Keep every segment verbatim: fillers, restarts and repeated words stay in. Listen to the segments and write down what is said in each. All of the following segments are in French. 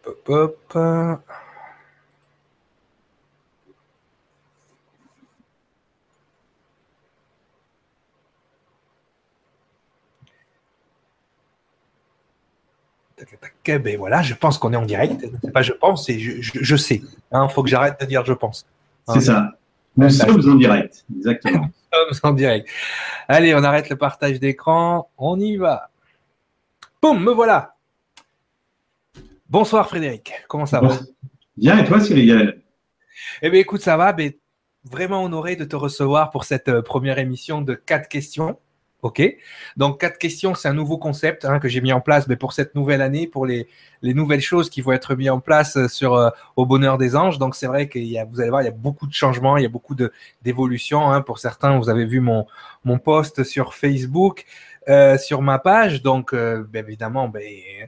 hop, hop, hop. Ben voilà, je pense qu'on est en direct. C'est pas je pense, c'est je, je, je sais. Il hein, faut que j'arrête de dire je pense. C'est ça. Nous sommes en direct, exactement. Nous sommes en direct. Allez, on arrête le partage d'écran. On y va. Boum, me voilà. Bonsoir Frédéric. Comment ça bon. va? Bien, et toi Cyril? Eh bien écoute, ça va. Ben, vraiment honoré de te recevoir pour cette euh, première émission de quatre questions. OK. Donc, quatre questions, c'est un nouveau concept hein, que j'ai mis en place mais pour cette nouvelle année, pour les, les nouvelles choses qui vont être mises en place sur euh, Au Bonheur des Anges. Donc, c'est vrai qu'il y a, vous allez voir, il y a beaucoup de changements, il y a beaucoup de, d'évolutions. Hein. Pour certains, vous avez vu mon, mon post sur Facebook, euh, sur ma page. Donc, euh, ben, évidemment, ben,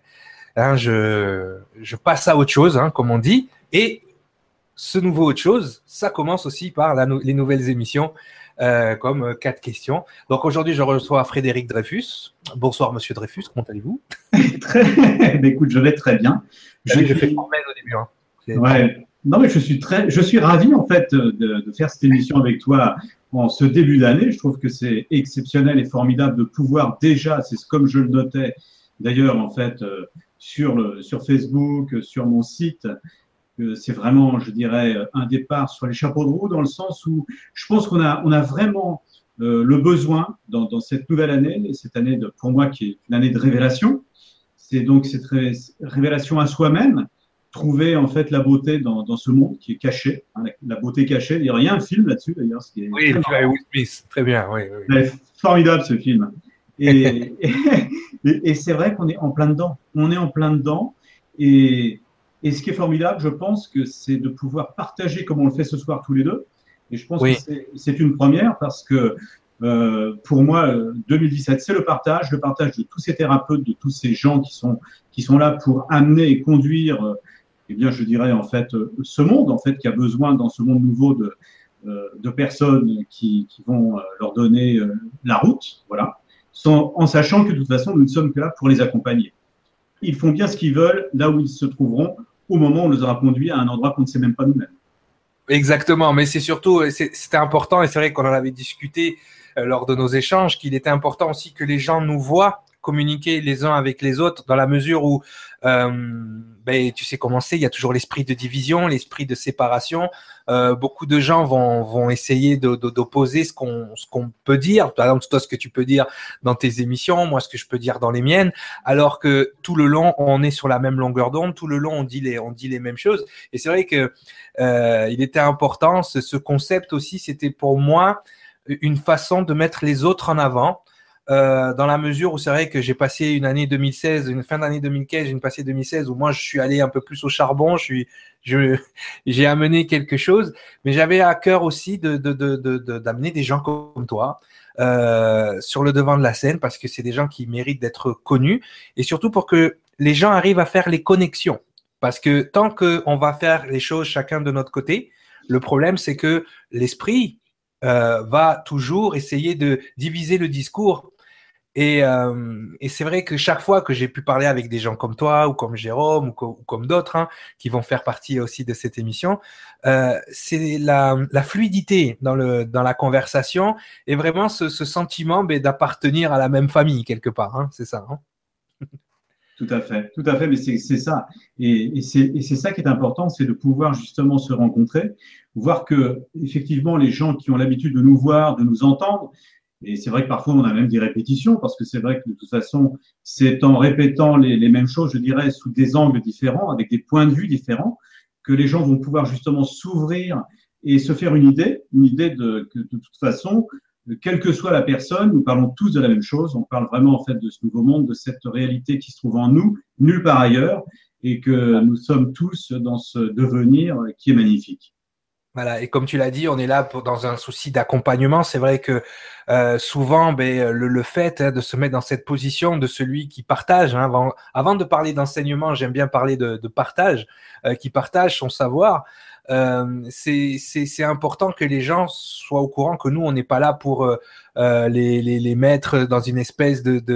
hein, je, je passe à autre chose, hein, comme on dit. Et ce nouveau autre chose, ça commence aussi par la, les nouvelles émissions. Euh, comme euh, quatre questions. Donc aujourd'hui, je reçois Frédéric Dreyfus. Bonsoir, monsieur Dreyfus, comment allez-vous? Très... Écoute, je vais très bien. Je, je fais formel au début. Hein. Ouais. Non, mais je suis très, je suis ravi en fait de, de faire cette émission avec toi en ce début d'année. Je trouve que c'est exceptionnel et formidable de pouvoir déjà, c'est comme je le notais d'ailleurs en fait euh, sur le sur Facebook, sur mon site. C'est vraiment, je dirais, un départ sur les chapeaux de roue dans le sens où je pense qu'on a, on a vraiment euh, le besoin dans, dans cette nouvelle année, cette année de, pour moi qui est une année de révélation. C'est donc cette ré, révélation à soi-même, trouver en fait la beauté dans, dans ce monde qui est caché, hein, la, la beauté cachée. Il y a un film là-dessus d'ailleurs. Ce qui est oui, très Will Smith, très bien. Oui, oui. Formidable ce film. Et, et, et c'est vrai qu'on est en plein dedans. On est en plein dedans. Et, et ce qui est formidable, je pense que c'est de pouvoir partager comme on le fait ce soir tous les deux. Et je pense oui. que c'est une première parce que euh, pour moi, deux mille dix-sept, c'est le partage, le partage de tous ces thérapeutes, de tous ces gens qui sont, qui sont là pour amener et conduire, eh bien, je dirais en fait, ce monde en fait qui a besoin dans ce monde nouveau de, de personnes qui, qui vont leur donner la route, voilà, sans, en sachant que de toute façon, nous ne sommes que là pour les accompagner. Ils font bien ce qu'ils veulent là où ils se trouveront au moment où on les aura conduits à un endroit qu'on ne sait même pas nous-mêmes. Exactement, mais c'est surtout, c'était important et c'est vrai qu'on en avait discuté euh, lors de nos échanges, qu'il était important aussi que les gens nous voient communiquer les uns avec les autres dans la mesure où, euh, ben, tu sais comment c'est, il y a toujours l'esprit de division, l'esprit de séparation. Euh, beaucoup de gens vont, vont essayer de, de, d'opposer ce qu'on, ce qu'on peut dire. Par exemple, toi, ce que tu peux dire dans tes émissions, moi, ce que je peux dire dans les miennes, alors que tout le long, on est sur la même longueur d'onde, tout le long, on dit les, on dit les mêmes choses. Et c'est vrai que euh, il était important, ce, ce concept aussi, c'était pour moi une façon de mettre les autres en avant. Euh, dans la mesure où c'est vrai que j'ai passé une année deux mille seize, une fin d'année deux mille quinze, une passée deux mille seize où moi je suis allé un peu plus au charbon, je suis, je, j'ai amené quelque chose, mais j'avais à cœur aussi de, de, de, de, de d'amener des gens comme toi euh, sur le devant de la scène parce que c'est des gens qui méritent d'être connus et surtout pour que les gens arrivent à faire les connexions. Parce que tant qu'on va faire les choses chacun de notre côté, le problème c'est que l'esprit euh, va toujours essayer de diviser le discours. Et, euh, et c'est vrai que chaque fois que j'ai pu parler avec des gens comme toi ou comme Jérôme ou, co- ou comme d'autres hein, qui vont faire partie aussi de cette émission, euh, c'est la, la fluidité dans, le, dans la conversation et vraiment ce, ce sentiment ben, d'appartenir à la même famille quelque part. Hein, c'est ça. Hein. Tout à fait, tout à fait, mais c'est ça. Et, et c'est ça qui est important, c'est de pouvoir justement se rencontrer, voir que effectivement les gens qui ont l'habitude de nous voir, de nous entendre, et c'est vrai que parfois on a même des répétitions, parce que c'est vrai que de toute façon, c'est en répétant les, les mêmes choses, je dirais, sous des angles différents, avec des points de vue différents, que les gens vont pouvoir justement s'ouvrir et se faire une idée, une idée de que de toute façon, quelle que soit la personne, nous parlons tous de la même chose. On parle vraiment en fait de ce nouveau monde, de cette réalité qui se trouve en nous, nulle part ailleurs, et que nous sommes tous dans ce devenir qui est magnifique. Voilà, et comme tu l'as dit, on est là pour, dans un souci d'accompagnement. C'est vrai que euh, souvent, ben, le, le fait hein, de se mettre dans cette position de celui qui partage, hein, avant, avant de parler d'enseignement, j'aime bien parler de, de partage, euh, qui partage son savoir. Euh, c'est, c'est, c'est important que les gens soient au courant que nous, on n'est pas là pour euh, les, les, les mettre dans une espèce de, de,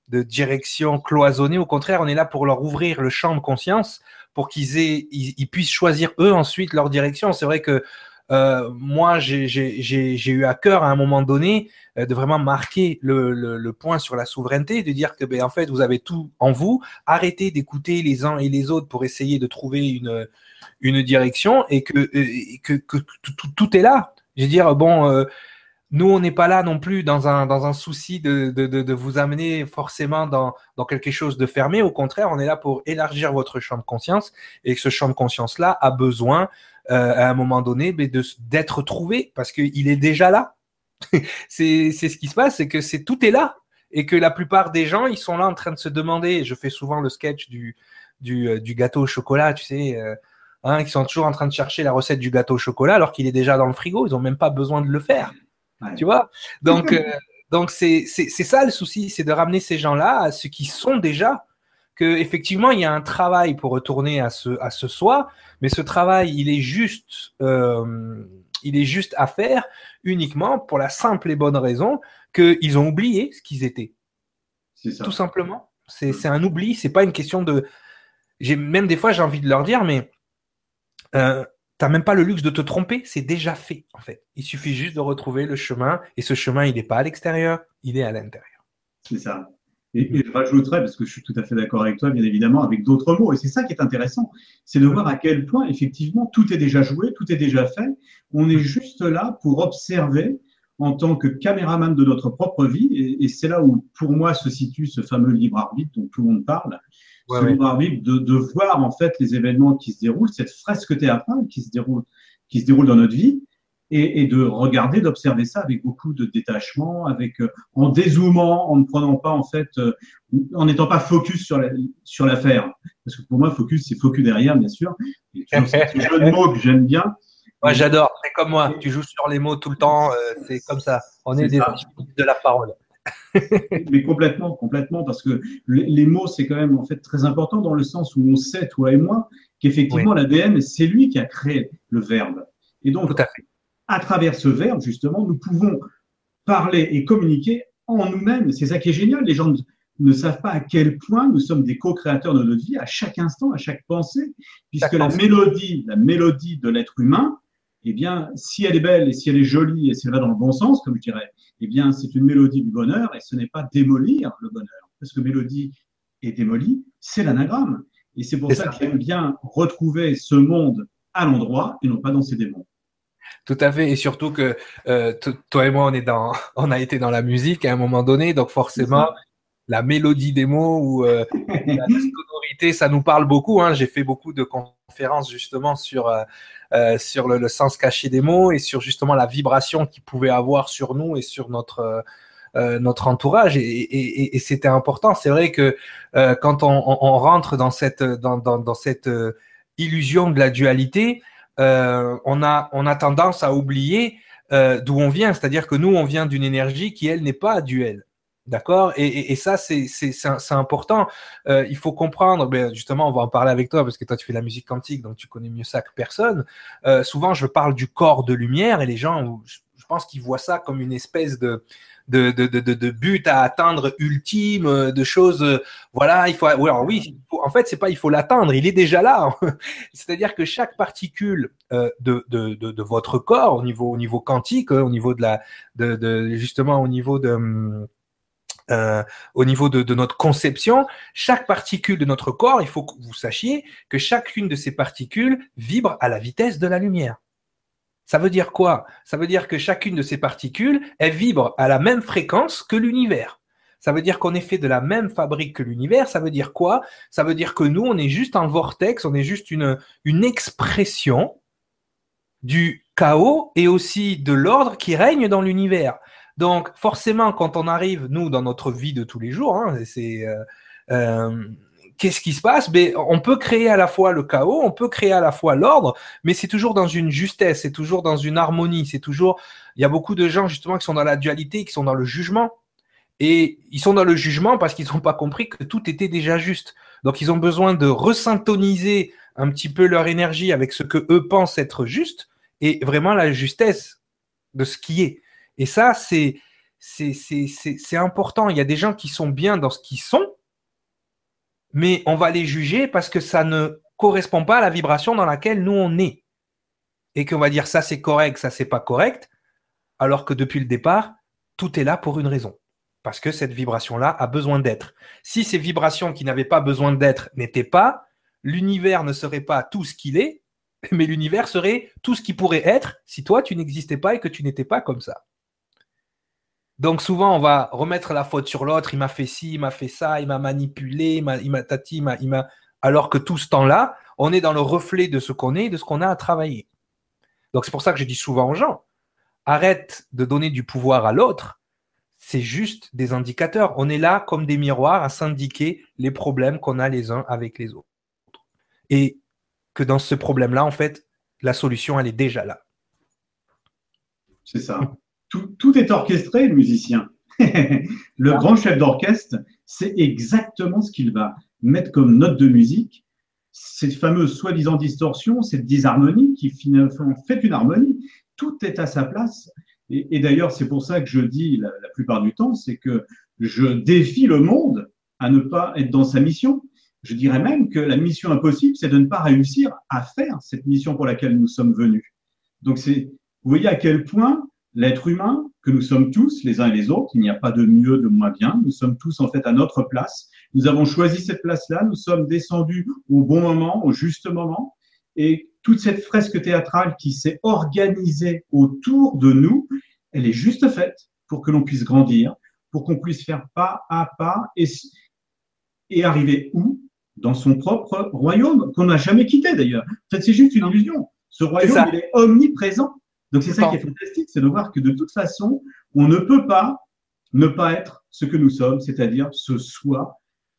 de direction cloisonnée. Au contraire, on est là pour leur ouvrir le champ de conscience pour qu'ils aient, ils, ils puissent choisir eux ensuite leur direction. C'est vrai que euh, moi, j'ai, j'ai, j'ai, j'ai eu à cœur à un moment donné euh, de vraiment marquer le, le, le point sur la souveraineté, de dire que ben, en fait, vous avez tout en vous. Arrêtez d'écouter les uns et les autres pour essayer de trouver une, une direction et que, et que, que, que tout, tout est là. Je veux dire, bon, euh, nous, on n'est pas là non plus dans un, dans un souci de, de, de, de vous amener forcément dans, dans quelque chose de fermé. Au contraire, on est là pour élargir votre champ de conscience et que ce champ de conscience-là a besoin, euh, à un moment donné, de, d'être trouvé parce qu'il est déjà là. c'est, c'est ce qui se passe, c'est que c'est, tout est là et que la plupart des gens, ils sont là en train de se demander, je fais souvent le sketch du, du, du gâteau au chocolat, tu sais, euh, hein, qui sont toujours en train de chercher la recette du gâteau au chocolat alors qu'il est déjà dans le frigo, ils n'ont même pas besoin de le faire. Ouais. Tu vois, donc euh, donc c'est c'est c'est ça le souci, c'est de ramener ces gens-là à ce qu'ils sont déjà. Que effectivement il y a un travail pour retourner à ce à ce soi, mais ce travail il est juste euh, il est juste à faire uniquement pour la simple et bonne raison qu'ils ont oublié ce qu'ils étaient. C'est ça. Tout simplement. C'est mmh. c'est un oubli. C'est pas une question de. J'ai même des fois j'ai envie de leur dire mais. Euh, T'as même pas le luxe de te tromper, c'est déjà fait en fait. Il suffit juste de retrouver le chemin et ce chemin, il n'est pas à l'extérieur, il est à l'intérieur. C'est ça. Et, et je rajouterais, parce que je suis tout à fait d'accord avec toi, bien évidemment, avec d'autres mots. Et c'est ça qui est intéressant, c'est de voir à quel point, effectivement, tout est déjà joué, tout est déjà fait. On est juste là pour observer en tant que caméraman de notre propre vie. Et, et c'est là où, pour moi, se situe ce fameux libre arbitre dont tout le monde parle. Ouais, ce libre arbitre de, de voir en fait les événements qui se déroulent, cette fresque théâtrale qui se déroule, qui se déroule dans notre vie, et, et de regarder, d'observer ça avec beaucoup de détachement, avec euh, en dézoomant, en ne prenant pas en fait, euh, en n'étant pas focus sur la, sur l'affaire. Parce que pour moi, focus, c'est focus derrière, bien sûr. Et toujours ce jeu de mots que j'aime bien. Moi, ouais, j'adore. C'est comme moi. Tu joues sur les mots tout le temps. Euh, c'est comme ça. On est, est des artistes de la parole. Mais complètement, complètement, parce que les, les mots, c'est quand même en fait très important dans le sens où on sait, toi et moi, qu'effectivement, oui. l'A D N, c'est lui qui a créé le verbe. Et donc, Tout à fait. à travers ce verbe, justement, nous pouvons parler et communiquer en nous-mêmes. C'est ça qui est génial. Les gens ne, ne savent pas à quel point nous sommes des co-créateurs de notre vie à chaque instant, à chaque pensée, puisque chaque la pensée. mélodie, la mélodie de l'être humain, eh bien, si elle est belle et si elle est jolie et si elle va dans le bon sens, comme je dirais, eh bien, c'est une mélodie du bonheur et ce n'est pas démolir le bonheur. Parce que mélodie et démolie, c'est l'anagramme. Et c'est pour c'est ça, ça que j'aime bien retrouver ce monde à l'endroit et non pas dans ses démons. Tout à fait. Et surtout que euh, t- toi et moi, on est dans, on a été dans la musique à un moment donné, donc forcément, la mélodie des mots ou euh, la sonorité, ça nous parle beaucoup. Hein. J'ai fait beaucoup de conférences justement sur euh, euh, sur le, le sens caché des mots et sur justement la vibration qu'ils pouvaient avoir sur nous et sur notre euh, notre entourage. Et, et, et c'était important. C'est vrai que euh, quand on, on, on rentre dans cette dans dans, dans cette euh, illusion de la dualité, euh, on a on a tendance à oublier euh, d'où on vient. C'est-à-dire que nous, on vient d'une énergie qui elle n'est pas duelle. D'accord, et, et, et ça c'est c'est c'est important. Euh, il faut comprendre. Ben justement, on va en parler avec toi parce que toi tu fais la musique quantique, donc tu connais mieux ça que personne. Euh, souvent, je parle du corps de lumière et les gens, je, je pense qu'ils voient ça comme une espèce de de de de, de, de but à atteindre ultime, de choses. Euh, voilà, il faut. Ouais, alors oui, il faut, en fait, c'est pas il faut l'atteindre. Il est déjà là. C'est-à-dire que chaque particule euh, de, de de de votre corps au niveau au niveau quantique, au niveau de la de de justement au niveau de Euh, au niveau de, de notre conception, chaque particule de notre corps, il faut que vous sachiez que chacune de ces particules vibre à la vitesse de la lumière. Ça veut dire quoi? Ça veut dire que chacune de ces particules, elle vibre à la même fréquence que l'univers. Ça veut dire qu'on est fait de la même fabrique que l'univers. Ça veut dire quoi? Ça veut dire que nous, on est juste un vortex, on est juste une, une expression du chaos et aussi de l'ordre qui règne dans l'univers. Donc, forcément, quand on arrive, nous, dans notre vie de tous les jours, hein, c'est, euh, euh, qu'est-ce qui se passe? Ben, on peut créer à la fois le chaos, on peut créer à la fois l'ordre, mais c'est toujours dans une justesse, c'est toujours dans une harmonie, c'est toujours. Il y a beaucoup de gens justement qui sont dans la dualité, qui sont dans le jugement, et ils sont dans le jugement parce qu'ils n'ont pas compris que tout était déjà juste. Donc, ils ont besoin de resyntoniser un petit peu leur énergie avec ce que eux pensent être juste, et vraiment la justesse de ce qui est. Et ça, c'est, c'est, c'est, c'est, c'est important. Il y a des gens qui sont bien dans ce qu'ils sont, mais on va les juger parce que ça ne correspond pas à la vibration dans laquelle nous on est. Et qu'on va dire ça c'est correct, ça c'est pas correct, alors que depuis le départ, tout est là pour une raison. Parce que cette vibration-là a besoin d'être. Si ces vibrations qui n'avaient pas besoin d'être n'étaient pas, l'univers ne serait pas tout ce qu'il est, mais l'univers serait tout ce qui pourrait être si toi tu n'existais pas et que tu n'étais pas comme ça. Donc souvent, on va remettre la faute sur l'autre. Il m'a fait ci, il m'a fait ça, il m'a manipulé, il m'a, il m'a tati, il m'a, il m'a... Alors que tout ce temps-là, on est dans le reflet de ce qu'on est et de ce qu'on a à travailler. Donc c'est pour ça que je dis souvent aux gens, arrête de donner du pouvoir à l'autre. C'est juste des indicateurs. On est là comme des miroirs à s'indiquer les problèmes qu'on a les uns avec les autres. Et que dans ce problème-là, en fait, la solution, elle est déjà là. C'est ça. Tout, tout est orchestré, le musicien. Le ah. grand chef d'orchestre, c'est exactement ce qu'il va mettre comme note de musique. Cette fameuse soi-disant distorsion, cette disharmonie qui finalement fait une harmonie. Tout est à sa place. Et, et d'ailleurs, c'est pour ça que je dis la, la plupart du temps, c'est que je défie le monde à ne pas être dans sa mission. Je dirais même que la mission impossible, c'est de ne pas réussir à faire cette mission pour laquelle nous sommes venus. Donc, c'est, vous voyez à quel point l'être humain, que nous sommes tous, les uns et les autres, il n'y a pas de mieux, de moins bien, nous sommes tous en fait à notre place. Nous avons choisi cette place-là, nous sommes descendus au bon moment, au juste moment. Et toute cette fresque théâtrale qui s'est organisée autour de nous, elle est juste faite pour que l'on puisse grandir, pour qu'on puisse faire pas à pas et, et arriver où? Dans son propre royaume, qu'on n'a jamais quitté d'ailleurs. En fait, c'est juste une illusion. Ce royaume, il est omniprésent. Donc, c'est ça qui est fantastique, c'est de voir que de toute façon, on ne peut pas ne pas être ce que nous sommes, c'est-à-dire ce soi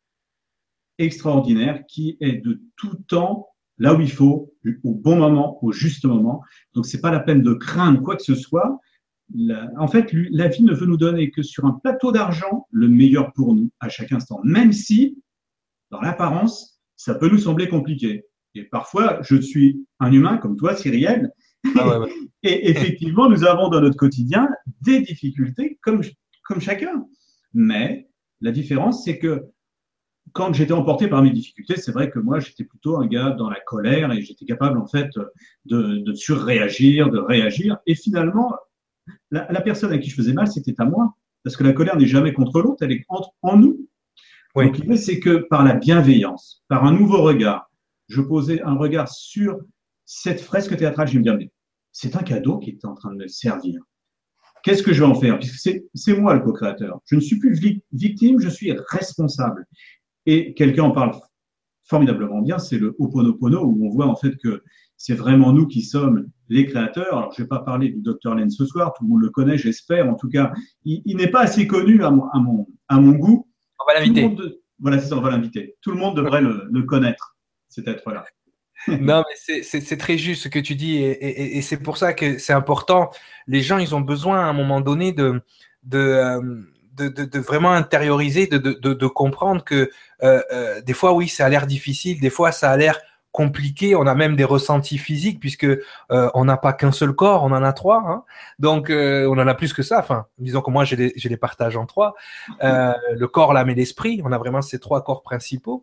extraordinaire qui est de tout temps là où il faut, au bon moment, au juste moment. Donc, c'est pas la peine de craindre quoi que ce soit. La, en fait, lui, la vie ne veut nous donner que sur un plateau d'argent le meilleur pour nous à chaque instant, même si, dans l'apparence, ça peut nous sembler compliqué. Et parfois, je suis un humain comme toi, Cyrielle, ah ouais, ouais. Et effectivement, nous avons dans notre quotidien des difficultés comme, comme chacun. Mais la différence, c'est que quand j'étais emporté par mes difficultés, c'est vrai que moi, j'étais plutôt un gars dans la colère et j'étais capable, en fait, de, de surréagir, de réagir. Et finalement, la, la personne à qui je faisais mal, c'était à moi. Parce que la colère n'est jamais contre l'autre, elle est entre, en nous. Oui. Donc, l'idée, c'est que par la bienveillance, par un nouveau regard, je posais un regard sur cette fresque théâtrale, je me disais, mais c'est un cadeau qui est en train de me servir. Qu'est-ce que je vais en faire? Puisque c'est, c'est moi le co-créateur. Je ne suis plus victime, je suis responsable. Et quelqu'un en parle formidablement bien, c'est le Ho'oponopono, où on voit en fait que c'est vraiment nous qui sommes les créateurs. Alors, je ne vais pas parler du docteur Len ce soir, tout le monde le connaît, j'espère. En tout cas, il, il n'est pas assez connu à mon, à mon, à mon goût. On va l'inviter. De, voilà, c'est ça, on va l'inviter. Tout le monde devrait le, le connaître, cet être-là. Non, mais c'est, c'est, c'est très juste ce que tu dis et, et, et c'est pour ça que c'est important. Les gens, ils ont besoin à un moment donné de, de, de, de, de vraiment intérioriser, de, de, de, de comprendre que euh, euh, des fois, oui, ça a l'air difficile, des fois, ça a l'air compliqué. On a même des ressentis physiques puisque euh, on n'a pas qu'un seul corps, on en a trois. Hein. Donc, euh, on en a plus que ça. Enfin, disons que moi, j'ai les, j'ai les partages en trois. Euh, le corps, l'âme et l'esprit. On a vraiment ces trois corps principaux.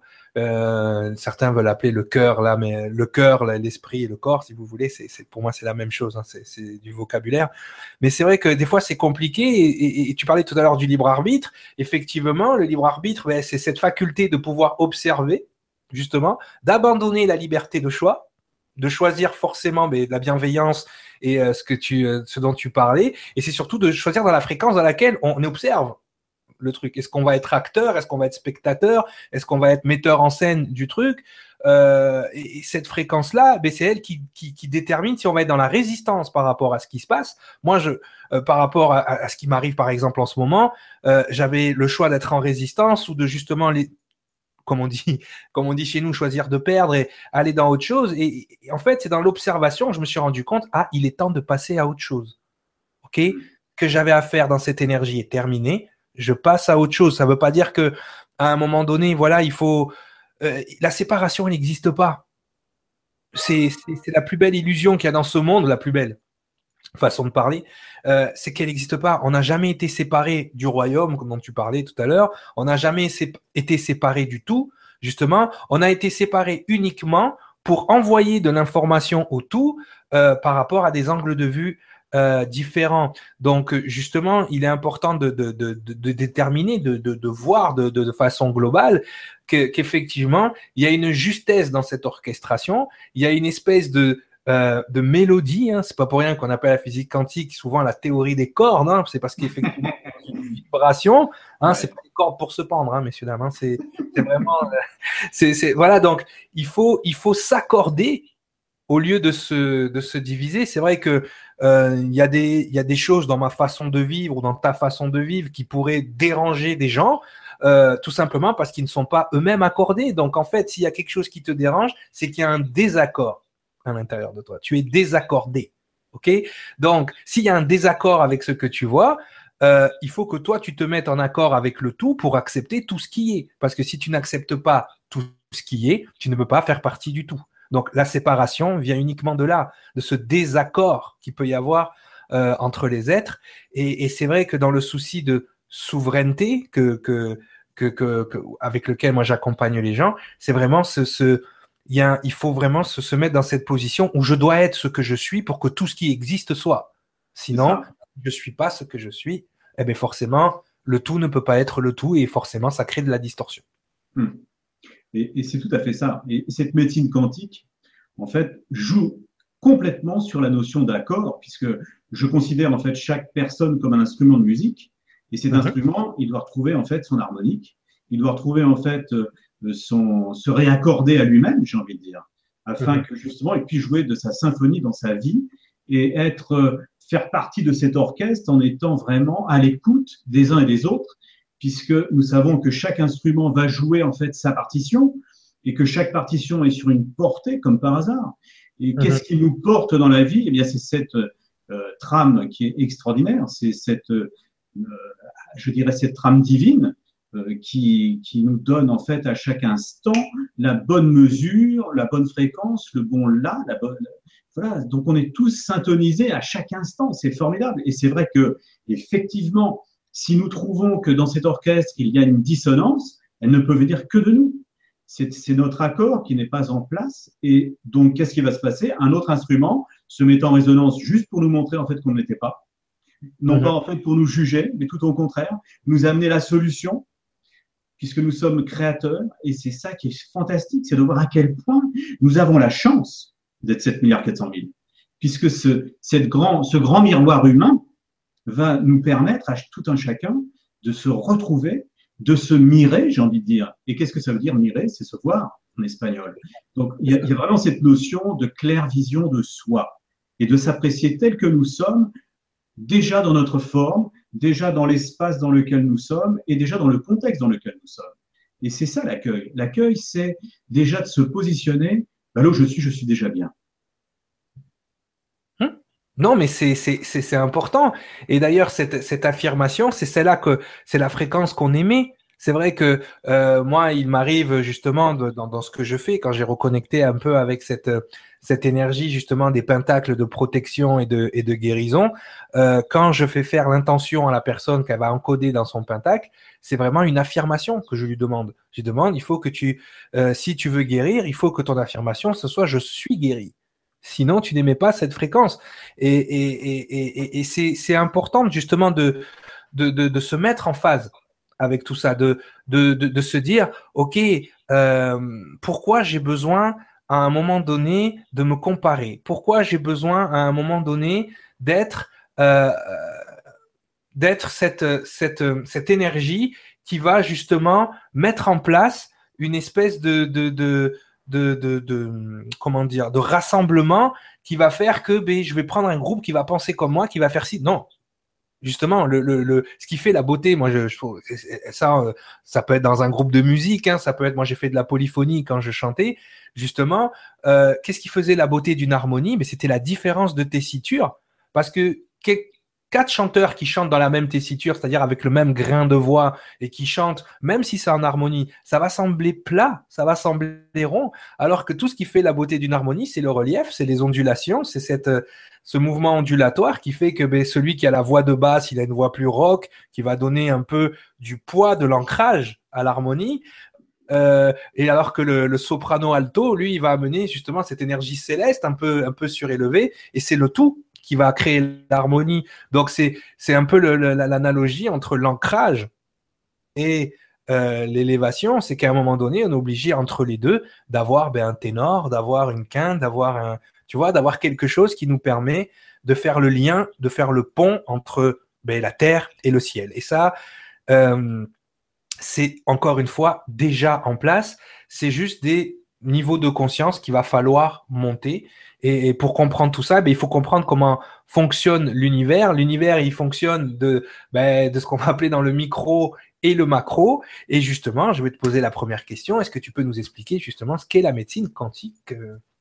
Euh, certains veulent appeler le cœur là, mais le cœur, l'esprit et le corps, si vous voulez, c'est, c'est pour moi c'est la même chose. Hein, c'est, c'est du vocabulaire. Mais c'est vrai que des fois c'est compliqué. Et, et, et tu parlais tout à l'heure du libre arbitre. Effectivement, le libre arbitre, ben, c'est cette faculté de pouvoir observer, justement, d'abandonner la liberté de choix, de choisir forcément ben, de la bienveillance et euh, ce que tu, euh, ce dont tu parlais. Et c'est surtout de choisir dans la fréquence dans laquelle on observe le truc. Est-ce qu'on va être acteur? Est-ce qu'on va être spectateur? Est-ce qu'on va être metteur en scène du truc? euh, et, et cette fréquence-là, ben, c'est elle qui, qui, qui détermine si on va être dans la résistance par rapport à ce qui se passe. Moi, je, euh, par rapport à, à ce qui m'arrive, par exemple, en ce moment, euh, j'avais le choix d'être en résistance ou de justement, les, comme on dit, comme on dit chez nous, choisir de perdre et aller dans autre chose. Et, et en fait, c'est dans l'observation que je me suis rendu compte, ah, il est temps de passer à autre chose. OK? Que j'avais à faire dans cette énergie est terminé. Je passe à autre chose. Ça ne veut pas dire que à un moment donné, voilà, il faut. Euh, la séparation, elle n'existe pas. C'est, c'est, c'est la plus belle illusion qu'il y a dans ce monde, la plus belle. façon de parler, euh, c'est qu'elle n'existe pas. On n'a jamais été séparés du royaume, comme dont tu parlais tout à l'heure. On n'a jamais sé- été séparés du tout. Justement, on a été séparés uniquement pour envoyer de l'information au tout euh, par rapport à des angles de vue euh, différents. Donc, justement, il est important de, de, de, de, de déterminer, de, de, de voir de, de, de façon globale que, qu'effectivement, il y a une justesse dans cette orchestration. Il y a une espèce de Euh, de mélodie, hein. C'est pas pour rien qu'on appelle la physique quantique souvent la théorie des cordes, hein. C'est parce qu'effectivement, c'est une vibration, hein, Ouais. c'est pas des cordes pour se pendre, hein, messieurs, dames, hein. C'est, c'est vraiment, euh, c'est, c'est, voilà, donc il faut, il faut s'accorder au lieu de se, de se diviser. C'est vrai que euh, il y a des, il y a des choses dans ma façon de vivre ou dans ta façon de vivre qui pourraient déranger des gens. Euh, tout simplement parce qu'ils ne sont pas eux-mêmes accordés. Donc en fait, s'il y a quelque chose qui te dérange, c'est qu'il y a un désaccord à l'intérieur de toi. Tu es désaccordé. OK? Donc, s'il y a un désaccord avec ce que tu vois, euh, il faut que toi, tu te mettes en accord avec le tout pour accepter tout ce qui est. Parce que si tu n'acceptes pas tout ce qui est, tu ne peux pas faire partie du tout. Donc, la séparation vient uniquement de là, de ce désaccord qu'il peut y avoir euh, entre les êtres. Et, et c'est vrai que dans le souci de souveraineté que, que, que, que, que avec lequel moi j'accompagne les gens, c'est vraiment ce, ce il, y a, il faut vraiment se, se mettre dans cette position où je dois être ce que je suis pour que tout ce qui existe soit. Sinon, je ne suis pas ce que je suis. Eh bien, forcément, le tout ne peut pas être le tout et forcément, ça crée de la distorsion. Hum. Et, et c'est tout à fait ça. Et cette médecine quantique, en fait, joue complètement sur la notion d'accord, puisque je considère en fait chaque personne comme un instrument de musique. Et cet Mhm. instrument, il doit retrouver en fait son harmonique. Il doit retrouver en fait son, se réaccorder à lui-même, j'ai envie de dire, afin Mhm. que justement il puisse jouer de sa symphonie dans sa vie et être, faire partie de cet orchestre en étant vraiment à l'écoute des uns et des autres, puisque nous savons que chaque instrument va jouer en fait sa partition et que chaque partition est sur une portée comme par hasard. Et Mhm. qu'est-ce qui nous porte dans la vie? Eh bien, c'est cette euh, trame qui est extraordinaire, c'est cette, euh, je dirais, cette trame divine euh, qui, qui nous donne en fait à chaque instant la bonne mesure, la bonne fréquence, le bon là, la bonne. Voilà, donc on est tous syntonisés à chaque instant, c'est formidable. Et c'est vrai que effectivement, si nous trouvons que dans cet orchestre il y a une dissonance, elle ne peut venir que de nous. C'est, c'est notre accord qui n'est pas en place. Et donc, qu'est-ce qui va se passer? Un autre instrument se met en résonance juste pour nous montrer en fait qu'on ne l'était pas, non pas Mhm. en fait pour nous juger, mais tout au contraire, nous amener la solution, puisque nous sommes créateurs. Et c'est ça qui est fantastique, c'est de voir à quel point nous avons la chance d'être sept milliards quatre cent mille, puisque ce, cette grand, ce grand miroir humain va nous permettre à tout un chacun de se retrouver, de se mirer, j'ai envie de dire. Et qu'est-ce que ça veut dire mirer? C'est se voir en espagnol. Donc il y, a, il y a vraiment cette notion de claire vision de soi et de s'apprécier tel que nous sommes, déjà dans notre forme, déjà dans l'espace dans lequel nous sommes et déjà dans le contexte dans lequel nous sommes. Et c'est ça l'accueil. L'accueil, c'est déjà de se positionner, ben là où je suis, je suis déjà bien. Hum. Non, mais c'est, c'est, c'est, c'est important. Et d'ailleurs, cette, cette affirmation, c'est celle-là que c'est la fréquence qu'on émet. C'est vrai que euh, moi, il m'arrive justement de- dans, dans ce que je fais, quand j'ai reconnecté un peu avec cette, euh, cette énergie justement des pentacles de protection et de, et de guérison, euh, quand je fais faire l'intention à la personne qu'elle va encoder dans son pentacle, c'est vraiment une affirmation que je lui demande. Je lui demande, il faut que tu, euh, si tu veux guérir, il faut que ton affirmation, ce soit je suis guéri. Sinon, tu n'émets pas cette fréquence. Et, et, et, et, et c'est, c'est important justement de, de, de, de se mettre en phase avec tout ça, de, de, de, de se dire, OK, euh, pourquoi j'ai besoin à un moment donné de me comparer? Pourquoi j'ai besoin à un moment donné d'être euh, d'être cette, cette, cette énergie qui va justement mettre en place une espèce de, de, de, de, de, de comment dire, de rassemblement qui va faire que ben, je vais prendre un groupe qui va penser comme moi, qui va faire ci. Non, justement, le, le, le, ce qui fait la beauté, moi, je, je trouve ça, euh, ça peut être dans un groupe de musique, hein, ça peut être, moi, j'ai fait de la polyphonie quand je chantais, justement, euh, qu'est-ce qui faisait la beauté d'une harmonie? Mais c'était la différence de tessiture, parce que quatre chanteurs qui chantent dans la même tessiture, c'est-à-dire avec le même grain de voix et qui chantent, même si c'est en harmonie, ça va sembler plat, ça va sembler rond, alors que tout ce qui fait la beauté d'une harmonie, c'est le relief, c'est les ondulations, c'est cette, euh, ce mouvement ondulatoire qui fait que ben, celui qui a la voix de basse, il a une voix plus rock, qui va donner un peu du poids, de l'ancrage à l'harmonie. Euh, et alors que le, le soprano alto, lui, il va amener justement cette énergie céleste un peu, un peu surélevée, et c'est le tout qui va créer l'harmonie. Donc c'est, c'est un peu le, le, l'analogie entre l'ancrage et euh, l'élévation, c'est qu'à un moment donné, on est obligé entre les deux d'avoir ben, un ténor, d'avoir une quinte, d'avoir un, tu vois, d'avoir quelque chose qui nous permet de faire le lien, de faire le pont entre ben, la terre et le ciel. Et ça, euh, c'est encore une fois déjà en place. C'est juste des niveaux de conscience qu'il va falloir monter. Et, et pour comprendre tout ça, ben, il faut comprendre comment fonctionne l'univers. L'univers, il fonctionne de, ben, de ce qu'on va appeler dans le micro et le macro. Et justement, je vais te poser la première question. Est-ce que tu peux nous expliquer justement ce qu'est la médecine quantique,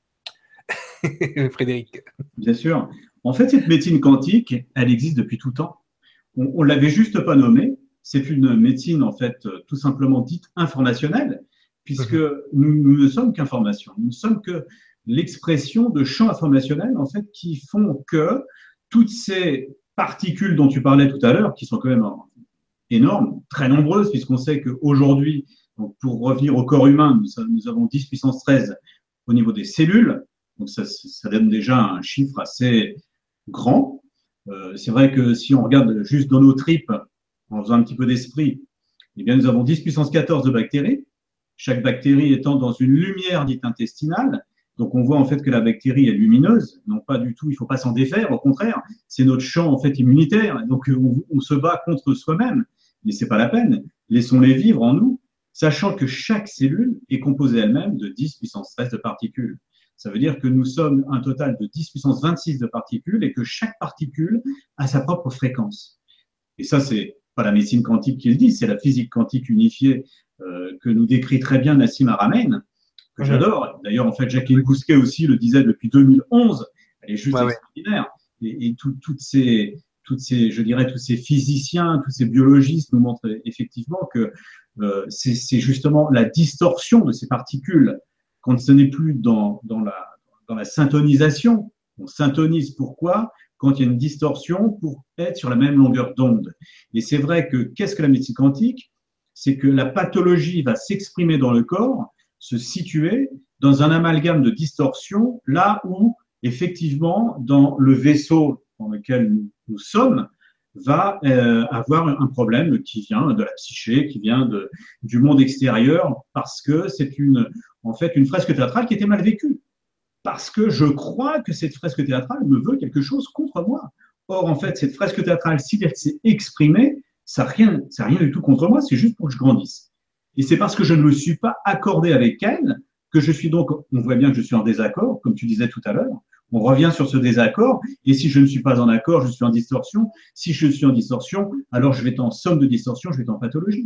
euh, Frédéric? Bien sûr. En fait, cette médecine quantique, elle existe depuis tout temps. On ne l'avait juste pas nommée. C'est une médecine, en fait, tout simplement dite informationnelle, puisque Mhm. nous, nous ne sommes qu'information. Nous ne sommes que l'expression de champs informationnels, en fait, qui font que toutes ces particules dont tu parlais tout à l'heure, qui sont quand même énormes, très nombreuses, puisqu'on sait qu'aujourd'hui, donc pour revenir au corps humain, nous, nous avons dix puissance treize au niveau des cellules, donc ça, ça donne déjà un chiffre assez grand. Euh, c'est vrai que si on regarde juste dans nos tripes, en faisant un petit peu d'esprit, eh bien, nous avons dix puissance quatorze de bactéries, chaque bactérie étant dans une lumière dite intestinale. Donc, on voit en fait que la bactérie est lumineuse. Non, pas du tout, il ne faut pas s'en défaire, au contraire, c'est notre champ en fait immunitaire. Donc, on, on se bat contre soi-même, mais ce n'est pas la peine. Laissons-les vivre en nous, sachant que chaque cellule est composée elle-même de dix puissance treize de particules. Ça veut dire que nous sommes un total de dix puissance vingt-six de particules et que chaque particule a sa propre fréquence. Et ça, c'est pas la médecine quantique qui le dit, c'est la physique quantique unifiée euh, que nous décrit très bien Nassim Haramein, que Mhm. j'adore. D'ailleurs, en fait, Jacqueline Bousquet aussi le disait depuis deux mille onze. Elle est juste Ouais, ouais. extraordinaire. Et, et tout, toutes ces, toutes ces, je dirais, tous ces physiciens, tous ces biologistes nous montrent effectivement que euh, c'est, c'est justement la distorsion de ces particules quand ce n'est plus dans, dans, la, dans la syntonisation. On syntonise pourquoi? Quand il y a une distorsion pour être sur la même longueur d'onde. Et c'est vrai que qu'est-ce que la médecine quantique? C'est que la pathologie va s'exprimer dans le corps, se situer dans un amalgame de distorsion, là où, effectivement, dans le vaisseau dans lequel nous, nous sommes, va euh, avoir un problème qui vient de la psyché, qui vient de, du monde extérieur, parce que c'est une, en fait, une fresque théâtrale qui était mal vécue. Parce que je crois que cette fresque théâtrale me veut quelque chose contre moi. Or, en fait, cette fresque théâtrale, si elle s'est exprimée, ça n'a rien, ça rien du tout contre moi, c'est juste pour que je grandisse. Et c'est parce que je ne me suis pas accordé avec elle que je suis donc, on voit bien que je suis en désaccord, comme tu disais tout à l'heure. On revient sur ce désaccord, et si je ne suis pas en accord, je suis en distorsion. Si je suis en distorsion, alors je vais être en somme de distorsion, je vais être en pathologie.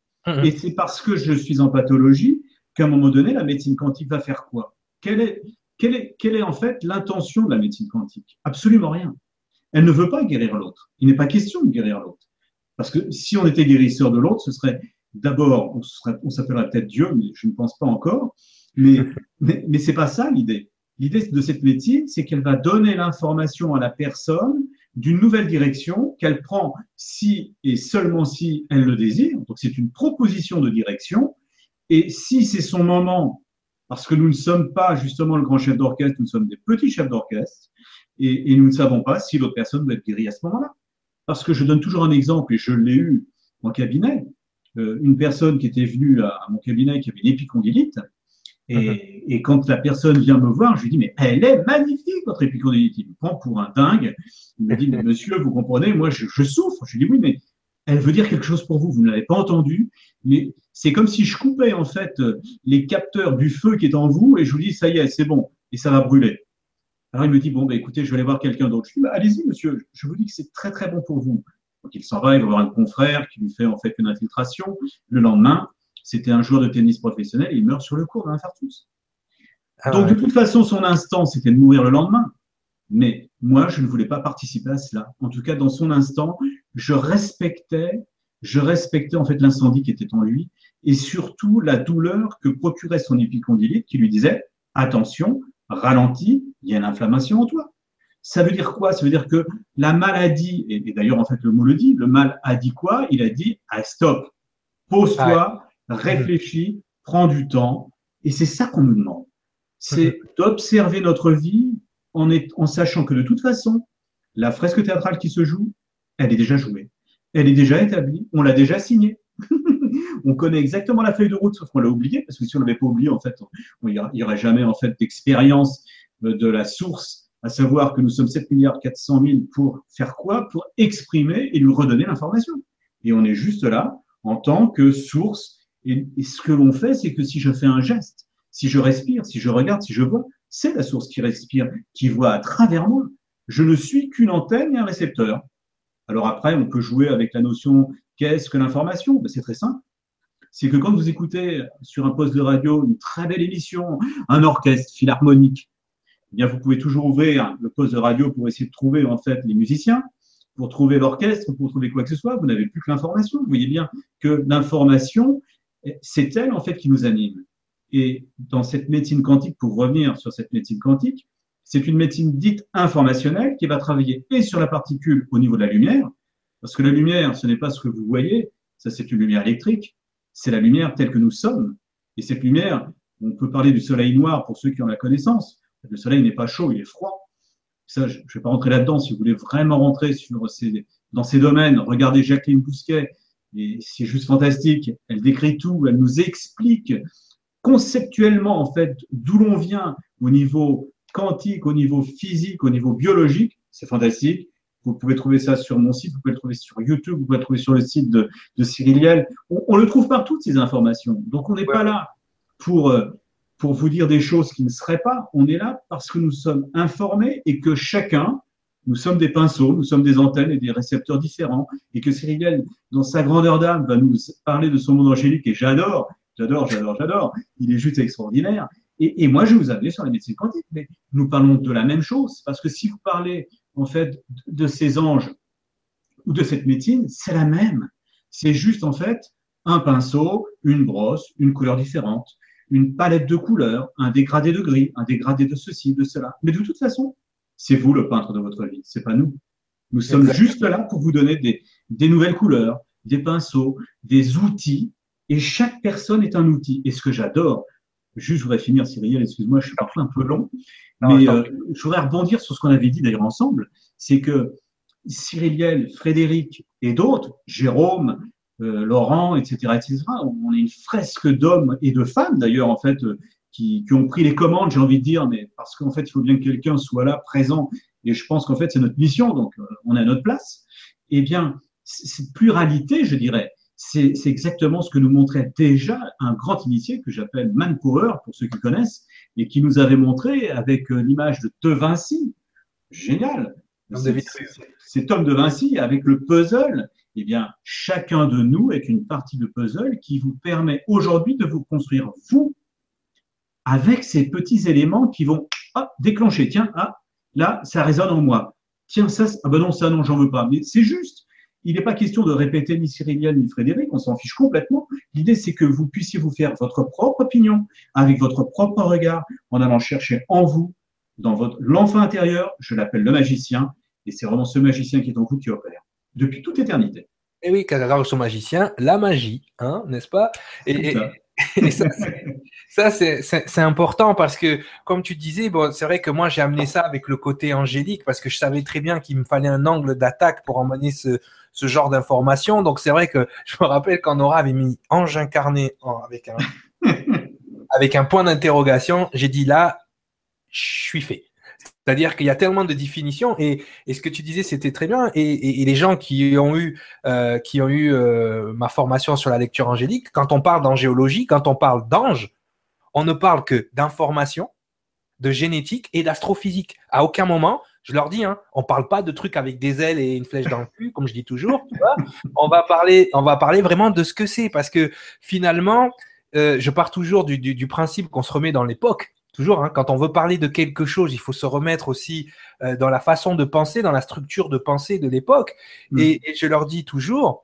Et Mhm. c'est parce que je suis en pathologie qu'à un moment donné, la médecine quantique va faire quoi? Quelle est, quelle est, quelle est en fait l'intention de la médecine quantique? Absolument rien. Elle ne veut pas guérir l'autre. Il n'est pas question de guérir l'autre. Parce que si on était guérisseur de l'autre, ce serait d'abord, on, serait, on s'appellerait peut-être Dieu, mais je ne pense pas encore. Mais, mais, mais ce n'est pas ça l'idée. L'idée de cette médecine, c'est qu'elle va donner l'information à la personne d'une nouvelle direction qu'elle prend si et seulement si elle le désire. Donc c'est une proposition de direction. Et si c'est son moment, parce que nous ne sommes pas justement le grand chef d'orchestre, nous sommes des petits chefs d'orchestre, et, et nous ne savons pas si l'autre personne doit être guérie à ce moment-là. Parce que je donne toujours un exemple, et je l'ai eu en cabinet, euh, une personne qui était venue à, à mon cabinet qui avait une épicondylite, Mhm. et, et quand la personne vient me voir, je lui dis, mais elle est magnifique, votre épicondylite. Il me prend pour un dingue. Il me dit, mais monsieur, vous comprenez, moi, je, je souffre. Je lui dis, oui, mais elle veut dire quelque chose pour vous. Vous ne l'avez pas entendu. Mais c'est comme si je coupais, en fait, les capteurs du feu qui est en vous et je vous dis, ça y est, c'est bon. Et ça va brûler. Alors il me dit, bon, bah, écoutez, je vais aller voir quelqu'un d'autre. Je lui dis, bah, allez-y, monsieur. Je vous dis que c'est très, très bon pour vous. Donc il s'en va, il va voir un confrère qui lui fait, en fait, une infiltration. Le lendemain, c'était un joueur de tennis professionnel et il meurt sur le cours d'un infarctus. Ah Donc, de ouais. toute façon, son instant, c'était de mourir le lendemain. Mais moi, je ne voulais pas participer à cela. En tout cas, dans son instant, je respectais, je respectais en fait l'incendie qui était en lui et surtout la douleur que procurait son épicondylite qui lui disait attention, ralentis, il y a une inflammation en toi. Ça veut dire quoi? Ça veut dire que la maladie, et d'ailleurs en fait le mot le dit, le mal a dit quoi? Il a dit ah, stop, pose-toi, réfléchis, prends du temps. Et c'est ça qu'on nous demande. C'est d'observer notre vie en, est, en sachant que de toute façon, la fresque théâtrale qui se joue, elle est déjà jouée. Elle est déjà établie. On l'a déjà signée. On connaît exactement la feuille de route, sauf qu'on l'a oubliée, parce que si on ne l'avait pas oublié, en fait, il n'y aurait jamais en fait, d'expérience de la source, à savoir que nous sommes sept milliards quatre cent mille pour faire quoi? Pour exprimer et lui redonner l'information. Et on est juste là en tant que source. Et, et ce que l'on fait, c'est que si je fais un geste, si je respire, si je regarde, si je vois, c'est la source qui respire, qui voit à travers moi. Je ne suis qu'une antenne et un récepteur. Alors après, on peut jouer avec la notion qu'est-ce que l'information? Ben, c'est très simple. C'est que quand vous écoutez sur un poste de radio une très belle émission, un orchestre philharmonique, eh bien vous pouvez toujours ouvrir le poste de radio pour essayer de trouver en fait les musiciens, pour trouver l'orchestre, pour trouver quoi que ce soit. Vous n'avez plus que l'information. Vous voyez bien que l'information, c'est elle en fait qui nous anime. Et dans cette médecine quantique, pour revenir sur cette médecine quantique, c'est une médecine dite informationnelle qui va travailler et sur la particule au niveau de la lumière, parce que la lumière, ce n'est pas ce que vous voyez, ça c'est une lumière électrique, c'est la lumière telle que nous sommes. Et cette lumière, on peut parler du soleil noir pour ceux qui ont la connaissance. Le soleil n'est pas chaud, il est froid. Ça, je ne vais pas rentrer là-dedans. Si vous voulez vraiment rentrer sur ces, dans ces domaines, regardez Jacqueline Bousquet, et c'est juste fantastique. Elle décrit tout, elle nous explique conceptuellement en fait d'où l'on vient au niveau quantique, au niveau physique, au niveau biologique. C'est fantastique. Vous pouvez trouver ça sur mon site, vous pouvez le trouver sur YouTube, vous pouvez le trouver sur le site de, de Cyril Liel. On, on le trouve partout, ces informations. Donc, on n'est ouais. pas là pour, pour vous dire des choses qui ne seraient pas. On est là parce que nous sommes informés et que chacun, nous sommes des pinceaux, nous sommes des antennes et des récepteurs différents. Et que Cyril Liel, dans sa grandeur d'âme, va nous parler de son monde angélique. Et j'adore, j'adore, j'adore, j'adore. Il est juste extraordinaire. Et, et moi, je vous avais sur la médecine quantique. Mais nous parlons de la même chose. Parce que si vous parlez en fait, de ces anges ou de cette médecine, c'est la même. C'est juste, en fait, un pinceau, une brosse, une couleur différente, une palette de couleurs, un dégradé de gris, un dégradé de ceci, de cela. Mais de toute façon, c'est vous le peintre de votre vie, c'est pas nous. Nous sommes Exactement. Juste là pour vous donner des, des nouvelles couleurs, des pinceaux, des outils, et chaque personne est un outil. Et ce que j'adore, juste, je voudrais finir, Cyril, excuse-moi, je suis parfois un peu long, non, mais euh, je voudrais rebondir sur ce qu'on avait dit d'ailleurs ensemble, c'est que Cyril Liel, Frédéric et d'autres, Jérôme, euh, Laurent, et cetera, et cetera, on est une fresque d'hommes et de femmes d'ailleurs, en fait, euh, qui, qui ont pris les commandes, j'ai envie de dire, mais parce qu'en fait, il faut bien que quelqu'un soit là, présent, et je pense qu'en fait, c'est notre mission, donc euh, on est à notre place. Eh bien, cette pluralité, je dirais, c'est, c'est exactement ce que nous montrait déjà un grand initié que j'appelle Manpower, pour ceux qui connaissent, et qui nous avait montré avec l'image de De Vinci. Génial. C'est, c'est, c'est Tom de Vinci avec le puzzle. Eh bien, chacun de nous est une partie de puzzle qui vous permet aujourd'hui de vous construire, vous, avec ces petits éléments qui vont hop, déclencher. Tiens, ah, là, ça résonne en moi. Tiens, ça, ah ben non, ça, non, j'en veux pas. Mais c'est juste. Il n'est pas question de répéter ni Cyril Liel ni Frédéric, on s'en fiche complètement. L'idée, c'est que vous puissiez vous faire votre propre opinion, avec votre propre regard, en allant chercher en vous, dans votre l'enfant intérieur, je l'appelle le magicien, et c'est vraiment ce magicien qui est en vous qui opère, depuis toute éternité. Et oui, car son magicien, la magie, hein, n'est-ce pas? Et, ça. et, et ça, c'est, ça c'est, c'est, c'est important parce que, comme tu disais, bon, c'est vrai que moi, j'ai amené ça avec le côté angélique parce que je savais très bien qu'il me fallait un angle d'attaque pour emmener ce ce genre d'informations. Donc, c'est vrai que je me rappelle quand Nora avait mis ange incarné en, avec, un, avec un point d'interrogation, j'ai dit là, je suis fait. C'est-à-dire qu'il y a tellement de définitions et, et ce que tu disais, c'était très bien. Et, et, et les gens qui ont eu, euh, qui ont eu euh, ma formation sur la lecture angélique, quand on parle d'angéologie, quand on parle d'ange, on ne parle que d'information, de génétique et d'astrophysique. À aucun moment, je leur dis, hein, on parle pas de trucs avec des ailes et une flèche dans le cul, comme je dis toujours. Tu vois, on va parler, on va parler vraiment de ce que c'est, parce que finalement, euh, je pars toujours du, du, du principe qu'on se remet dans l'époque. toujours, hein, quand on veut parler de quelque chose, il faut se remettre aussi euh, dans la façon de penser, dans la structure de pensée de l'époque. Mm. Et, et je leur dis toujours,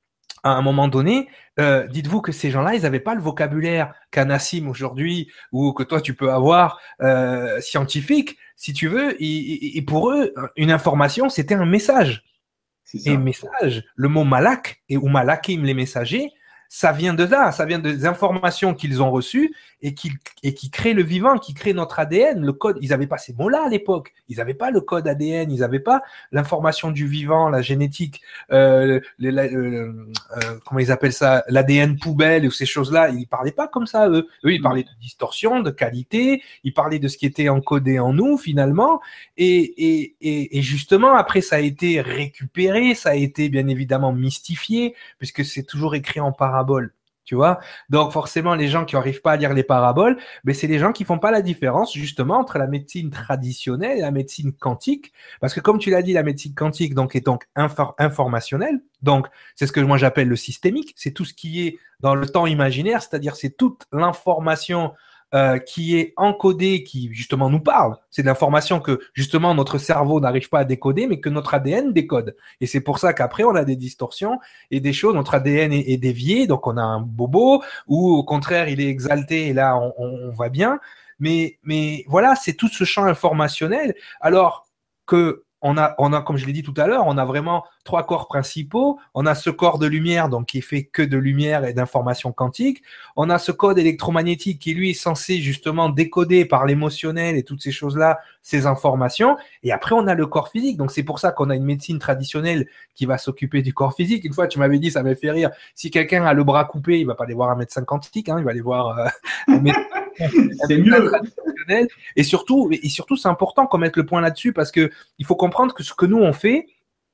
à un moment donné, euh, dites-vous que ces gens-là, ils n'avaient pas le vocabulaire qu'a Nassim aujourd'hui ou que toi tu peux avoir euh, scientifique, si tu veux. Et, et pour eux, une information, c'était un message. C'est Et ça. message, le mot malak et ou malakim, les messagers, ça vient de là, ça vient des informations qu'ils ont reçues et qui, et qui créent le vivant, qui créent notre A D N, le code. Ils n'avaient pas ces mots-là à l'époque. Ils n'avaient pas le code A D N, ils n'avaient pas l'information du vivant, la génétique, euh, le, le, le, euh, comment ils appellent ça, l'A D N poubelle ou ces choses-là. Ils ne parlaient pas comme ça, eux. Eux, ils parlaient de distorsion, de qualité, ils parlaient de ce qui était encodé en nous, finalement. Et, et, et, et justement, après, ça a été récupéré, ça a été bien évidemment mystifié, puisque c'est toujours écrit en parabole, tu vois. Donc forcément, les gens qui n'arrivent pas à lire les paraboles, ben, c'est les gens qui font pas la différence justement entre la médecine traditionnelle et la médecine quantique, parce que comme tu l'as dit, la médecine quantique donc est donc infor- informationnelle, donc c'est ce que moi j'appelle le systémique, c'est tout ce qui est dans le temps imaginaire, c'est-à-dire c'est toute l'information euh, qui est encodée, qui justement nous parle. C'est de l'information que justement notre cerveau n'arrive pas à décoder, mais que notre A D N décode. Et c'est pour ça qu'après on a des distorsions et des choses. Notre A D N est, est dévié, donc on a un bobo, ou au contraire il est exalté et là on, on, on va bien. Mais, mais voilà, c'est tout ce champ informationnel. Alors que on a, on a, comme je l'ai dit tout à l'heure, on a vraiment trois corps principaux. On a ce corps de lumière, donc qui fait que de lumière et d'informations quantiques. On a ce code électromagnétique qui, lui, est censé justement décoder par l'émotionnel et toutes ces choses-là, ces informations. Et après, on a le corps physique. Donc, c'est pour ça qu'on a une médecine traditionnelle qui va s'occuper du corps physique. Une fois, tu m'avais dit, ça m'a fait rire. Si quelqu'un a le bras coupé, il va pas aller voir un médecin quantique, hein, il va aller voir euh, un médecin, un C'est médecin mieux. traditionnel. Et surtout, et surtout, c'est important qu'on mette le point là-dessus parce que il faut comprendre que ce que nous on fait,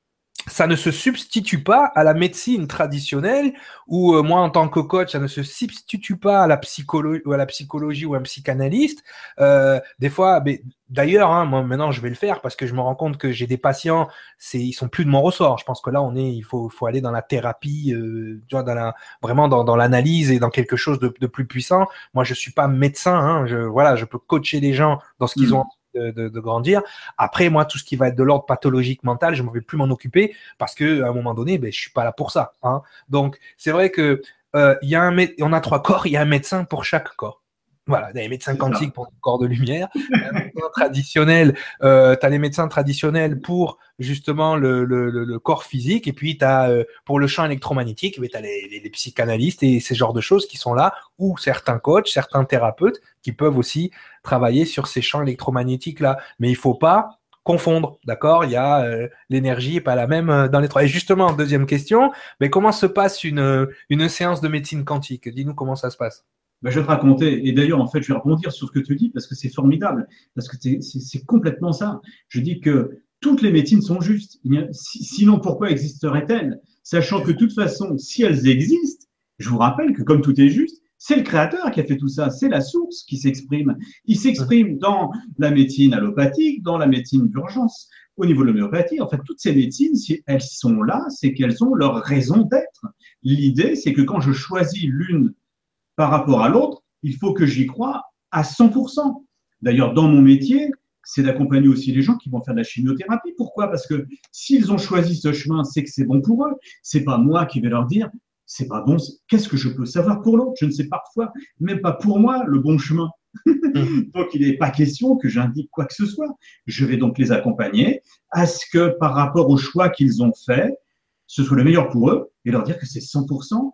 ça ne se substitue pas à la médecine traditionnelle ou euh, moi en tant que coach, ça ne se substitue pas à la psychologie ou à la psychologie ou à un psychanalyste. Euh, des fois, mais, d'ailleurs, hein, moi maintenant je vais le faire parce que je me rends compte que j'ai des patients, c'est ils sont plus de mon ressort. Je pense que là on est, il faut, faut aller dans la thérapie, euh, tu vois, dans la, vraiment dans, dans l'analyse et dans quelque chose de, de plus puissant. Moi je suis pas médecin, hein, je voilà, je peux coacher les gens dans ce qu'ils ont. Mm. De, de, de grandir. Après, moi, tout ce qui va être de l'ordre pathologique mental, je ne vais plus m'en occuper parce que à un moment donné, ben, je suis pas là pour ça. Hein. Donc, c'est vrai que euh, y a un mé- on a trois corps, il y a un médecin pour chaque corps. Voilà, il y a les médecins C'est ça. quantiques pour le corps de lumière, un médecin traditionnel, euh, tu as les médecins traditionnels pour justement le, le, le, le corps physique, et puis tu as euh, pour le champ électromagnétique, tu as les, les, les psychanalystes et ces genres de choses qui sont là, ou certains coachs, certains thérapeutes qui peuvent aussi travailler sur ces champs électromagnétiques-là. Mais il faut pas confondre, d'accord? Il y a euh, l'énergie n'est pas la même euh, dans les trois. Et justement, deuxième question, mais comment se passe une, une séance de médecine quantique? Dis-nous comment ça se passe. Ben, je vais te raconter. Et d'ailleurs, en fait, je vais rebondir sur ce que tu dis parce que c'est formidable. Parce que c'est- c'est c'est complètement ça. Je dis que toutes les médecines sont justes. Il y a- si- sinon, pourquoi existeraient-elles? Sachant que de toute façon, si elles existent, je vous rappelle que comme tout est juste, c'est le créateur qui a fait tout ça. C'est la source qui s'exprime. Il s'exprime dans la médecine allopathique, dans la médecine d'urgence. Au niveau de l'homéopathie, en fait, toutes ces médecines, si elles sont là, c'est qu'elles ont leur raison d'être. L'idée, c'est que quand je choisis l'une par rapport à l'autre, il faut que j'y croie à cent pour cent. D'ailleurs, dans mon métier, c'est d'accompagner aussi les gens qui vont faire de la chimiothérapie. Pourquoi? Parce que s'ils ont choisi ce chemin, c'est que c'est bon pour eux. C'est pas moi qui vais leur dire, c'est pas bon. Qu'est-ce que je peux savoir pour l'autre? Je ne sais parfois même pas pour moi le bon chemin. Mhm. Donc, il n'est pas question que j'indique quoi que ce soit. Je vais donc les accompagner à ce que par rapport au choix qu'ils ont fait, ce soit le meilleur pour eux et leur dire que c'est cent pour cent.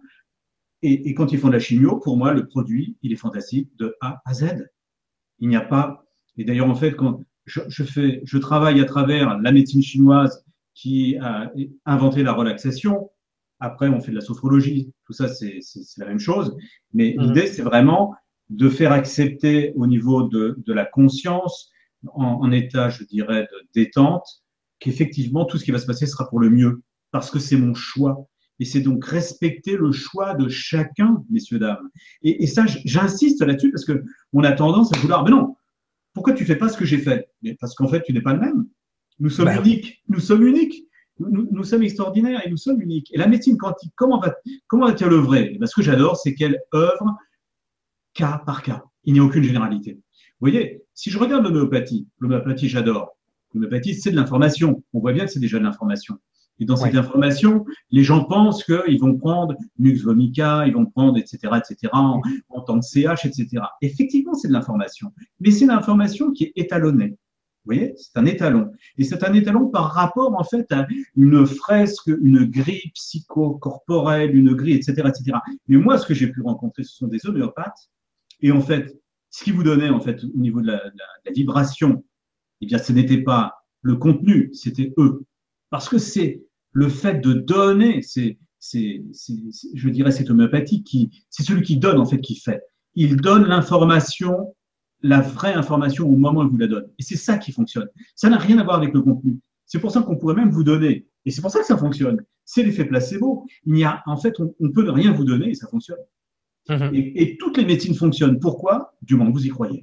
Et, et, quand ils font de la chimio, pour moi, le produit, il est fantastique de A à Z. Il n'y a pas. Et d'ailleurs, en fait, quand je, je, fais, je travaille à travers la médecine chinoise qui a inventé la relaxation, après, on fait de la sophrologie. Tout ça, c'est la même chose. Mais Mhm. l'idée, c'est vraiment de faire accepter au niveau de, de la conscience, en, en état, je dirais, de détente, qu'effectivement, tout ce qui va se passer sera pour le mieux, parce que c'est mon choix. Et c'est donc respecter le choix de chacun, messieurs, dames. Et, et ça, j'insiste là-dessus parce qu'on a tendance à vouloir, mais non, pourquoi tu ne fais pas ce que j'ai fait? Mais parce qu'en fait, tu n'es pas le même. Nous sommes Ben, uniques. Nous sommes uniques. Nous, nous, sommes extraordinaires et nous sommes uniques. Et la médecine quantique, comment va, comment va-t-elle œuvrer? Ce que j'adore, c'est qu'elle œuvre cas par cas. Il n'y a aucune généralité. voyez, si je regarde l'homéopathie, l'homéopathie, j'adore. L'homéopathie, c'est de l'information. On voit bien que c'est déjà de l'information. Et dans cette Oui. information, les gens pensent qu'ils vont prendre Nux vomica, ils vont prendre, et cetera, et cetera, en, en tant que C H, et cetera. Effectivement, c'est de l'information. Mais c'est l'information qui est étalonnée. Vous voyez, c'est un étalon. Et c'est un étalon par rapport, en fait, à une fresque, une grille psychocorporelle, une grille, et cetera, et cetera. Mais moi, ce que j'ai pu rencontrer, ce sont des homéopathes. Et en fait, ce qui vous donnait, en fait, au niveau de la, de la, de la vibration, eh bien, ce n'était pas le contenu, c'était eux. Parce que c'est le fait de donner, c'est, c'est, c'est, je dirais, cette homéopathie qui, c'est celui qui donne, en fait, qui fait. Il donne l'information, la vraie information au moment où il vous la donne. Et c'est ça qui fonctionne. Ça n'a rien à voir avec le contenu. C'est pour ça qu'on pourrait même vous donner. Et c'est pour ça que ça fonctionne. C'est l'effet placebo. Il n'y a, en fait, on, on peut ne rien vous donner et ça fonctionne. Mhm. Et, et toutes les médecines fonctionnent. Pourquoi? Du moment que vous y croyez.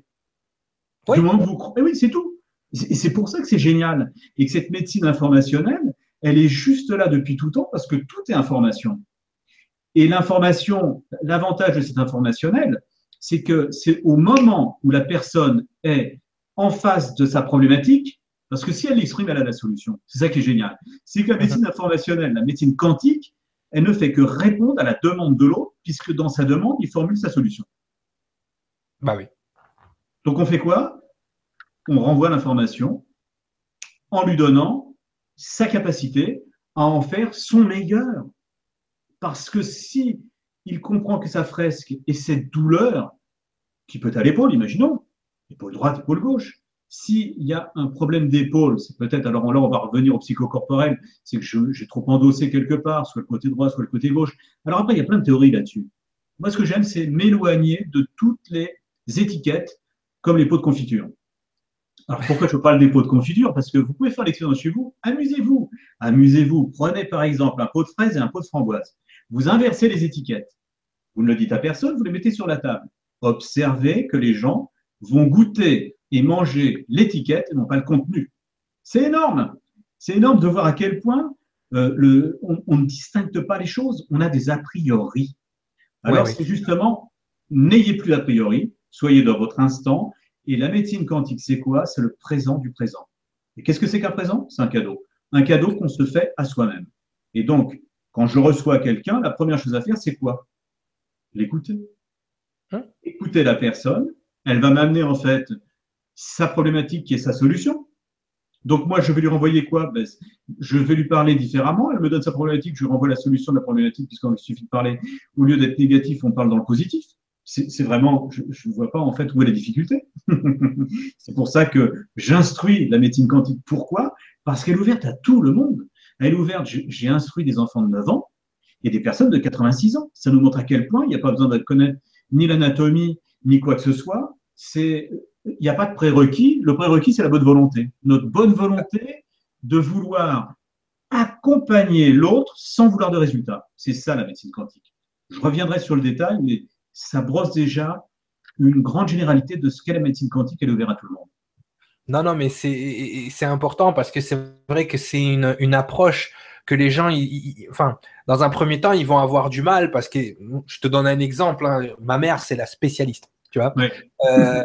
Du Oui. moment que vous croyez. Et oui, c'est tout. Et c'est pour ça que c'est génial. Et que cette médecine informationnelle, elle est juste là depuis tout temps parce que tout est information. Et l'information, l'avantage de cette informationnelle, c'est que c'est au moment où la personne est en face de sa problématique, parce que si elle l'exprime, elle a la solution. C'est ça qui est génial. C'est que la Mhm. médecine informationnelle, la médecine quantique, elle ne fait que répondre à la demande de l'autre, puisque dans sa demande, il formule sa solution. Bah oui. Donc on fait quoi? On renvoie l'information en lui donnant sa capacité à en faire son meilleur. Parce que si il comprend que sa fresque est cette douleur qui peut être à l'épaule, imaginons, épaule droite, épaule gauche. S'il y a un problème d'épaule, c'est peut-être, alors là on va revenir au psychocorporel, c'est que je, j'ai trop endossé quelque part, soit le côté droit, soit le côté gauche. Alors après, il y a plein de théories là-dessus. Moi, ce que j'aime, c'est m'éloigner de toutes les étiquettes, comme les pots de confiture. Alors pourquoi je parle des pots de confiture? Parce que vous pouvez faire l'expérience chez vous, amusez-vous. Amusez-vous. Prenez par exemple un pot de fraise et un pot de framboise. Vous inversez les étiquettes. Vous ne le dites à personne, vous les mettez sur la table. Observez que les gens vont goûter et manger l'étiquette et non pas le contenu. C'est énorme. C'est énorme de voir à quel point euh, le, on, on ne distingue pas les choses. On a des a priori. Ouais, Alors oui. c'est justement, n'ayez plus d'a priori, soyez dans votre instant. Et la médecine quantique, c'est quoi? C'est le présent du présent. Et qu'est-ce que c'est qu'un présent? C'est un cadeau. Un cadeau qu'on se fait à soi-même. Et donc, quand je reçois quelqu'un, la première chose à faire, c'est quoi? L'écouter. Hein. Écouter la personne. Elle va m'amener en fait sa problématique qui est sa solution. Donc moi, je vais lui renvoyer quoi? Ben, je vais lui parler différemment. Elle me donne sa problématique, je lui renvoie la solution de la problématique, puisqu'il suffit de parler, au lieu d'être négatif, on parle dans le positif. C'est, c'est vraiment, je ne vois pas en fait où est la difficulté. C'est pour ça que j'instruis la médecine quantique. Pourquoi? Parce qu'elle est ouverte à tout le monde. Elle est ouverte, j'ai instruit des enfants de neuf ans et des personnes de quatre-vingt-six ans. Ça nous montre à quel point il n'y a pas besoin de connaître ni l'anatomie, ni quoi que ce soit. C'est, il n'y a pas de prérequis. Le prérequis, c'est la bonne volonté. Notre bonne volonté de vouloir accompagner l'autre sans vouloir de résultat. C'est ça la médecine quantique. Je reviendrai sur le détail, mais ça brosse déjà une grande généralité de ce qu'est la médecine quantique et le verra tout le monde. Non, non, mais c'est c'est important parce que c'est vrai que c'est une, une approche que les gens, ils, ils- enfin, dans un premier temps, ils vont avoir du mal parce que je te donne un exemple. Hein, ma mère, c'est la spécialiste, tu vois. Ouais. Euh,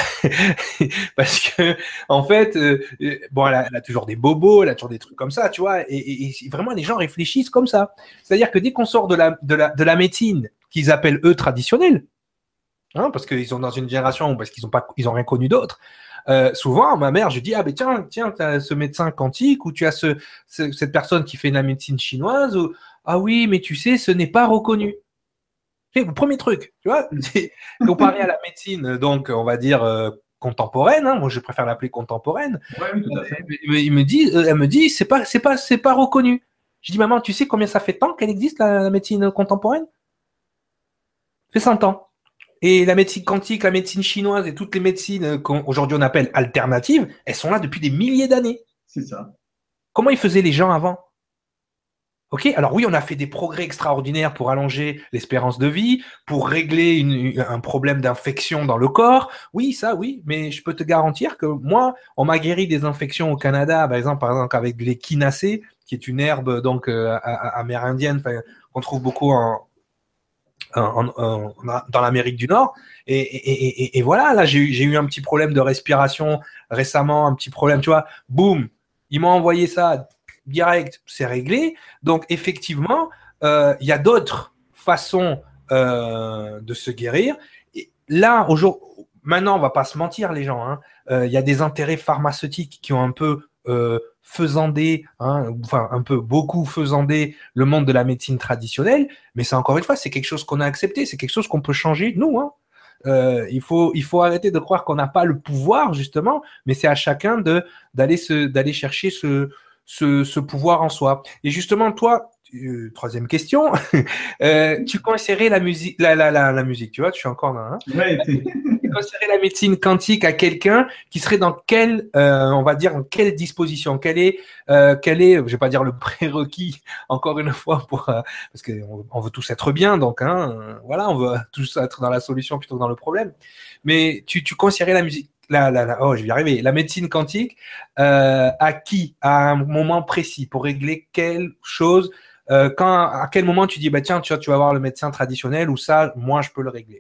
parce que en fait, euh, euh, bon, elle a, elle a toujours des bobos, elle a toujours des trucs comme ça, tu vois. Et, et- et vraiment, les gens réfléchissent comme ça. C'est-à-dire que dès qu'on sort de la de la de la médecine qu'ils appellent eux traditionnelle, hein, parce qu'ils sont dans une génération où parce qu'ils ont pas ils ont rien connu d'autre. Euh, souvent, ma mère, je dis ah ben tiens tiens tu as ce médecin quantique ou tu as ce, ce- cette personne qui fait de la médecine chinoise ou ah oui mais tu sais ce n'est pas reconnu. C'est le premier truc, tu vois, c'est comparé à la médecine, donc on va dire euh, contemporaine, hein, moi je préfère l'appeler contemporaine. Ouais, oui, tout à fait. Il me, il me dit, euh, elle me dit, c'est pas, c'est pas, c'est pas reconnu. Je dis maman, tu sais combien ça fait de temps qu'elle existe la, la médecine contemporaine? Ça fait cent ans. Et la médecine quantique, la médecine chinoise et toutes les médecines qu'aujourd'hui on appelle alternatives, elles sont là depuis des milliers d'années. C'est ça. Comment ils faisaient les gens avant? Ok, alors oui, on a fait des progrès extraordinaires pour allonger l'espérance de vie, pour régler une- un problème d'infection dans le corps. Oui, ça, oui, mais je peux te garantir que moi, on m'a guéri des infections au Canada, par exemple, par exemple avec l'échinacée, qui est une herbe donc euh, a- a- amérindienne, enfin, qu'on trouve beaucoup en, en, en, en, dans l'Amérique du Nord. Et, et, et, et voilà, là, j'ai eu, j'ai eu un petit problème de respiration récemment, un petit problème, tu vois, boum, ils m'ont envoyé ça direct, c'est réglé. Donc, effectivement, euh, il y a d'autres façons euh, de se guérir. Et là, aujourd'hui, maintenant, on va pas se mentir, les gens, hein, euh, il y a des intérêts pharmaceutiques qui ont un peu euh, faisandé, hein, enfin un peu beaucoup faisandé le monde de la médecine traditionnelle, mais c'est encore une fois, c'est quelque chose qu'on a accepté, c'est quelque chose qu'on peut changer, nous. Hein. Euh, il faut, il faut arrêter de croire qu'on n'a pas le pouvoir justement, mais c'est à chacun de d'aller se d'aller chercher ce, ce ce pouvoir en soi. Et justement, toi, euh, troisième question, euh, tu conseillerais la musique, la, la la la musique, tu vois, tu suis encore là. Hein. Ouais, t'es- Conseillerais la médecine quantique à quelqu'un qui serait dans quelle, euh, on va dire, en quelle disposition, quel est, euh, quel est, je vais pas dire le prérequis, encore une fois, pour, euh, parce qu'on on veut tous être bien, donc, hein, euh, voilà, on veut tous être dans la solution plutôt que dans le problème. Mais tu, tu conseillerais la musique, la, la, la, oh, je vais y arriver, la médecine quantique, euh, à qui, à un moment précis, pour régler quelle chose, euh, quand, à quel moment tu dis, bah tiens, tu vois, tu vas voir le médecin traditionnel ou ça, moi, je peux le régler.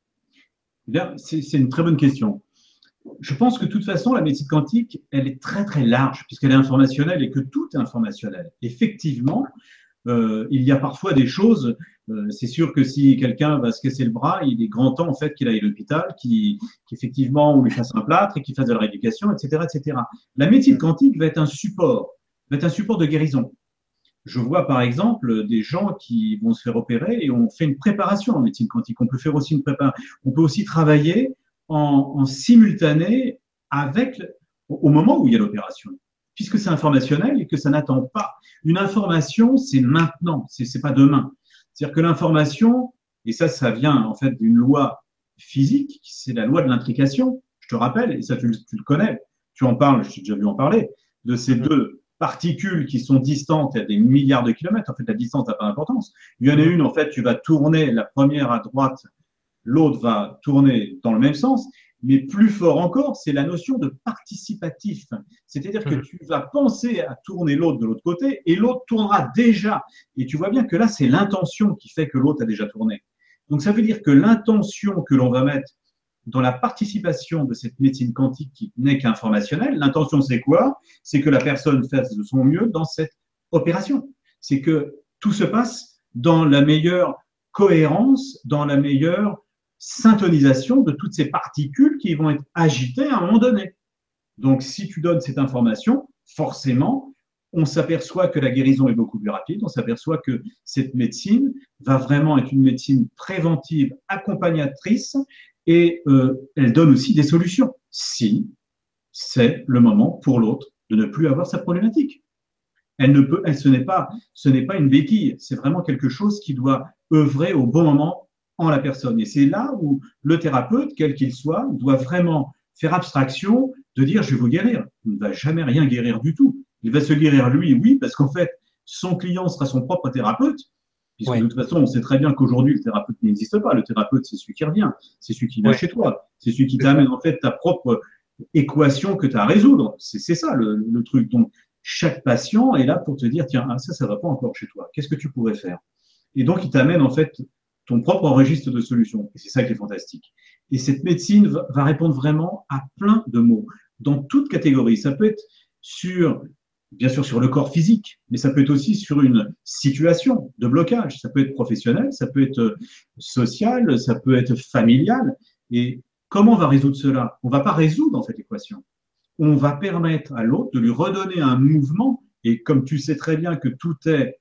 Bien, c'est c'est une très bonne question. Je pense que de toute façon, la médecine quantique, elle est très très large puisqu'elle est informationnelle et que tout est informationnel. Effectivement, euh, il y a parfois des choses. Euh, c'est sûr que si quelqu'un va se casser le bras, il est grand temps en fait qu'il aille à l'hôpital, qu'il qu'effectivement on lui fasse un plâtre et qu'il fasse de la rééducation, et cetera, et cetera. La médecine quantique va être un support, va être un support de guérison. Je vois par exemple des gens qui vont se faire opérer et on fait une préparation en médecine quantique. On peut faire aussi une préparation. On peut aussi travailler en, en simultané avec le, au moment où il y a l'opération, puisque c'est informationnel et que ça n'attend pas. Une information, c'est maintenant, c'est, c'est pas demain. C'est-à-dire que l'information, et ça, ça vient en fait d'une loi physique, c'est la loi de l'intrication. Je te rappelle, et ça tu, tu le connais, tu en parles, je t'ai déjà vu en parler, de ces Mhm. deux particules qui sont distantes à des milliards de kilomètres. En fait, la distance n'a pas d'importance. Il y en a Mhm. une, en fait, tu vas tourner la première à droite, l'autre va tourner dans le même sens. Mais plus fort encore, c'est la notion de participatif. C'est-à-dire que Mhm. tu vas penser à tourner l'autre de l'autre côté et l'autre tournera déjà. Et tu vois bien que là, c'est l'intention qui fait que l'autre a déjà tourné. Donc, ça veut dire que l'intention que l'on va mettre dans la participation de cette médecine quantique qui n'est qu'informationnelle, l'intention c'est quoi? C'est que la personne fasse de son mieux dans cette opération. C'est que tout se passe dans la meilleure cohérence, dans la meilleure syntonisation de toutes ces particules qui vont être agitées à un moment donné. Donc, si tu donnes cette information, forcément, on s'aperçoit que la guérison est beaucoup plus rapide, on s'aperçoit que cette médecine va vraiment être une médecine préventive, accompagnatrice, et euh, elle donne aussi des solutions, si c'est le moment pour l'autre de ne plus avoir sa problématique. Elle ne peut, elle, ce n'est pas, ce n'est pas une béquille, c'est vraiment quelque chose qui doit œuvrer au bon moment en la personne. Et c'est là où le thérapeute, quel qu'il soit, doit vraiment faire abstraction de dire je vais vous guérir. Il ne va jamais rien guérir du tout. Il va se guérir lui, oui, parce qu'en fait, son client sera son propre thérapeute, puisque de Ouais, toute façon, on sait très bien qu'aujourd'hui, le thérapeute n'existe pas. Le thérapeute, c'est celui qui revient, c'est celui qui vient ouais, chez toi, c'est celui qui c'est ça. t'amène en fait ta propre équation que tu as à résoudre. C'est, c'est ça le, le truc. Donc, chaque patient est là pour te dire, tiens, ah, ça, ça va pas encore chez toi. Qu'est-ce que tu pourrais faire? Et donc, il t'amène en fait ton propre registre de solutions. Et c'est ça qui est fantastique. Et cette médecine va, va répondre vraiment à plein de mots, dans toute catégorie. Ça peut être sur, bien sûr, sur le corps physique, mais ça peut être aussi sur une situation de blocage. Ça peut être professionnel, ça peut être social, ça peut être familial. Et comment on va résoudre cela? On ne va pas résoudre en fait l'équation. On va permettre à l'autre de lui redonner un mouvement. Et comme tu sais très bien que tout est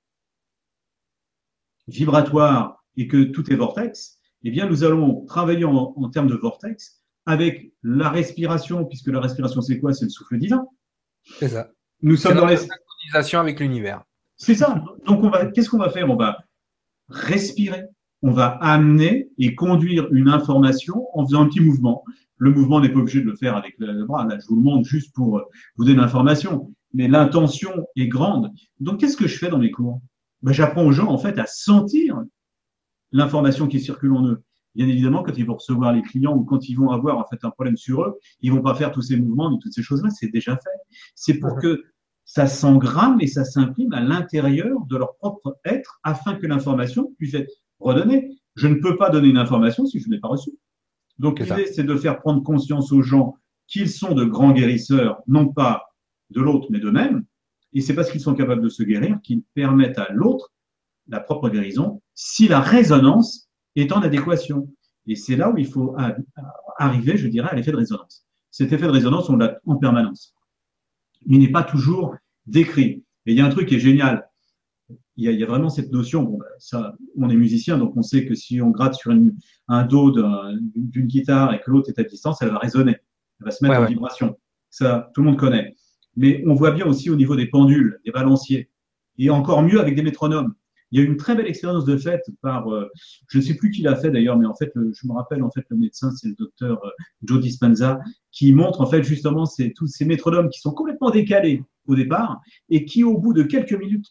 vibratoire et que tout est vortex, eh bien, nous allons travailler en, en termes de vortex avec la respiration, puisque la respiration, c'est quoi? C'est le souffle divin. C'est ça. Nous C'est sommes dans notre les... synchronisation avec l'univers. C'est ça. Donc, on va, qu'est-ce qu'on va faire? On va respirer. On va amener et conduire une information en faisant un petit mouvement. Le mouvement n'est pas obligé de le faire avec le bras. Là, je vous le montre juste pour vous donner l'information. Mais l'intention est grande. Donc, qu'est-ce que je fais dans mes cours? Ben, j'apprends aux gens, en fait, à sentir l'information qui circule en eux. Bien évidemment, quand ils vont recevoir les clients ou quand ils vont avoir en fait un problème sur eux, ils vont pas faire tous ces mouvements ni toutes ces choses-là. C'est déjà fait. C'est pour Mhm. que ça s'engramme et ça s'imprime à l'intérieur de leur propre être afin que l'information puisse être redonnée. Je ne peux pas donner une information si je ne l'ai pas reçue. Donc, C'est ça. l'idée, c'est de faire prendre conscience aux gens qu'ils sont de grands guérisseurs, non pas de l'autre, mais d'eux-mêmes. Et c'est parce qu'ils sont capables de se guérir qu'ils permettent à l'autre la propre guérison si la résonance est en adéquation. Et c'est là où il faut arriver, je dirais, à l'effet de résonance. Cet effet de résonance, on l'a en permanence. Il n'est pas toujours décrit. Et il y a un truc qui est génial. Il y a, il y a vraiment cette notion, bon, ça, on est musicien, donc on sait que si on gratte sur une, un dos d'une guitare et que l'autre est à distance, elle va résonner, elle va se mettre Ouais, en ouais. vibration. Ça, tout le monde connaît. Mais on voit bien aussi au niveau des pendules, des balanciers, et encore mieux avec des métronomes. Il y a eu une très belle expérience de fait par, euh, je ne sais plus qui l'a fait d'ailleurs, mais en fait, le, je me rappelle, en fait, le médecin, c'est le docteur euh, Joe Dispenza, qui montre en fait justement ces, tous ces métronomes qui sont complètement décalés au départ et qui, au bout de quelques minutes,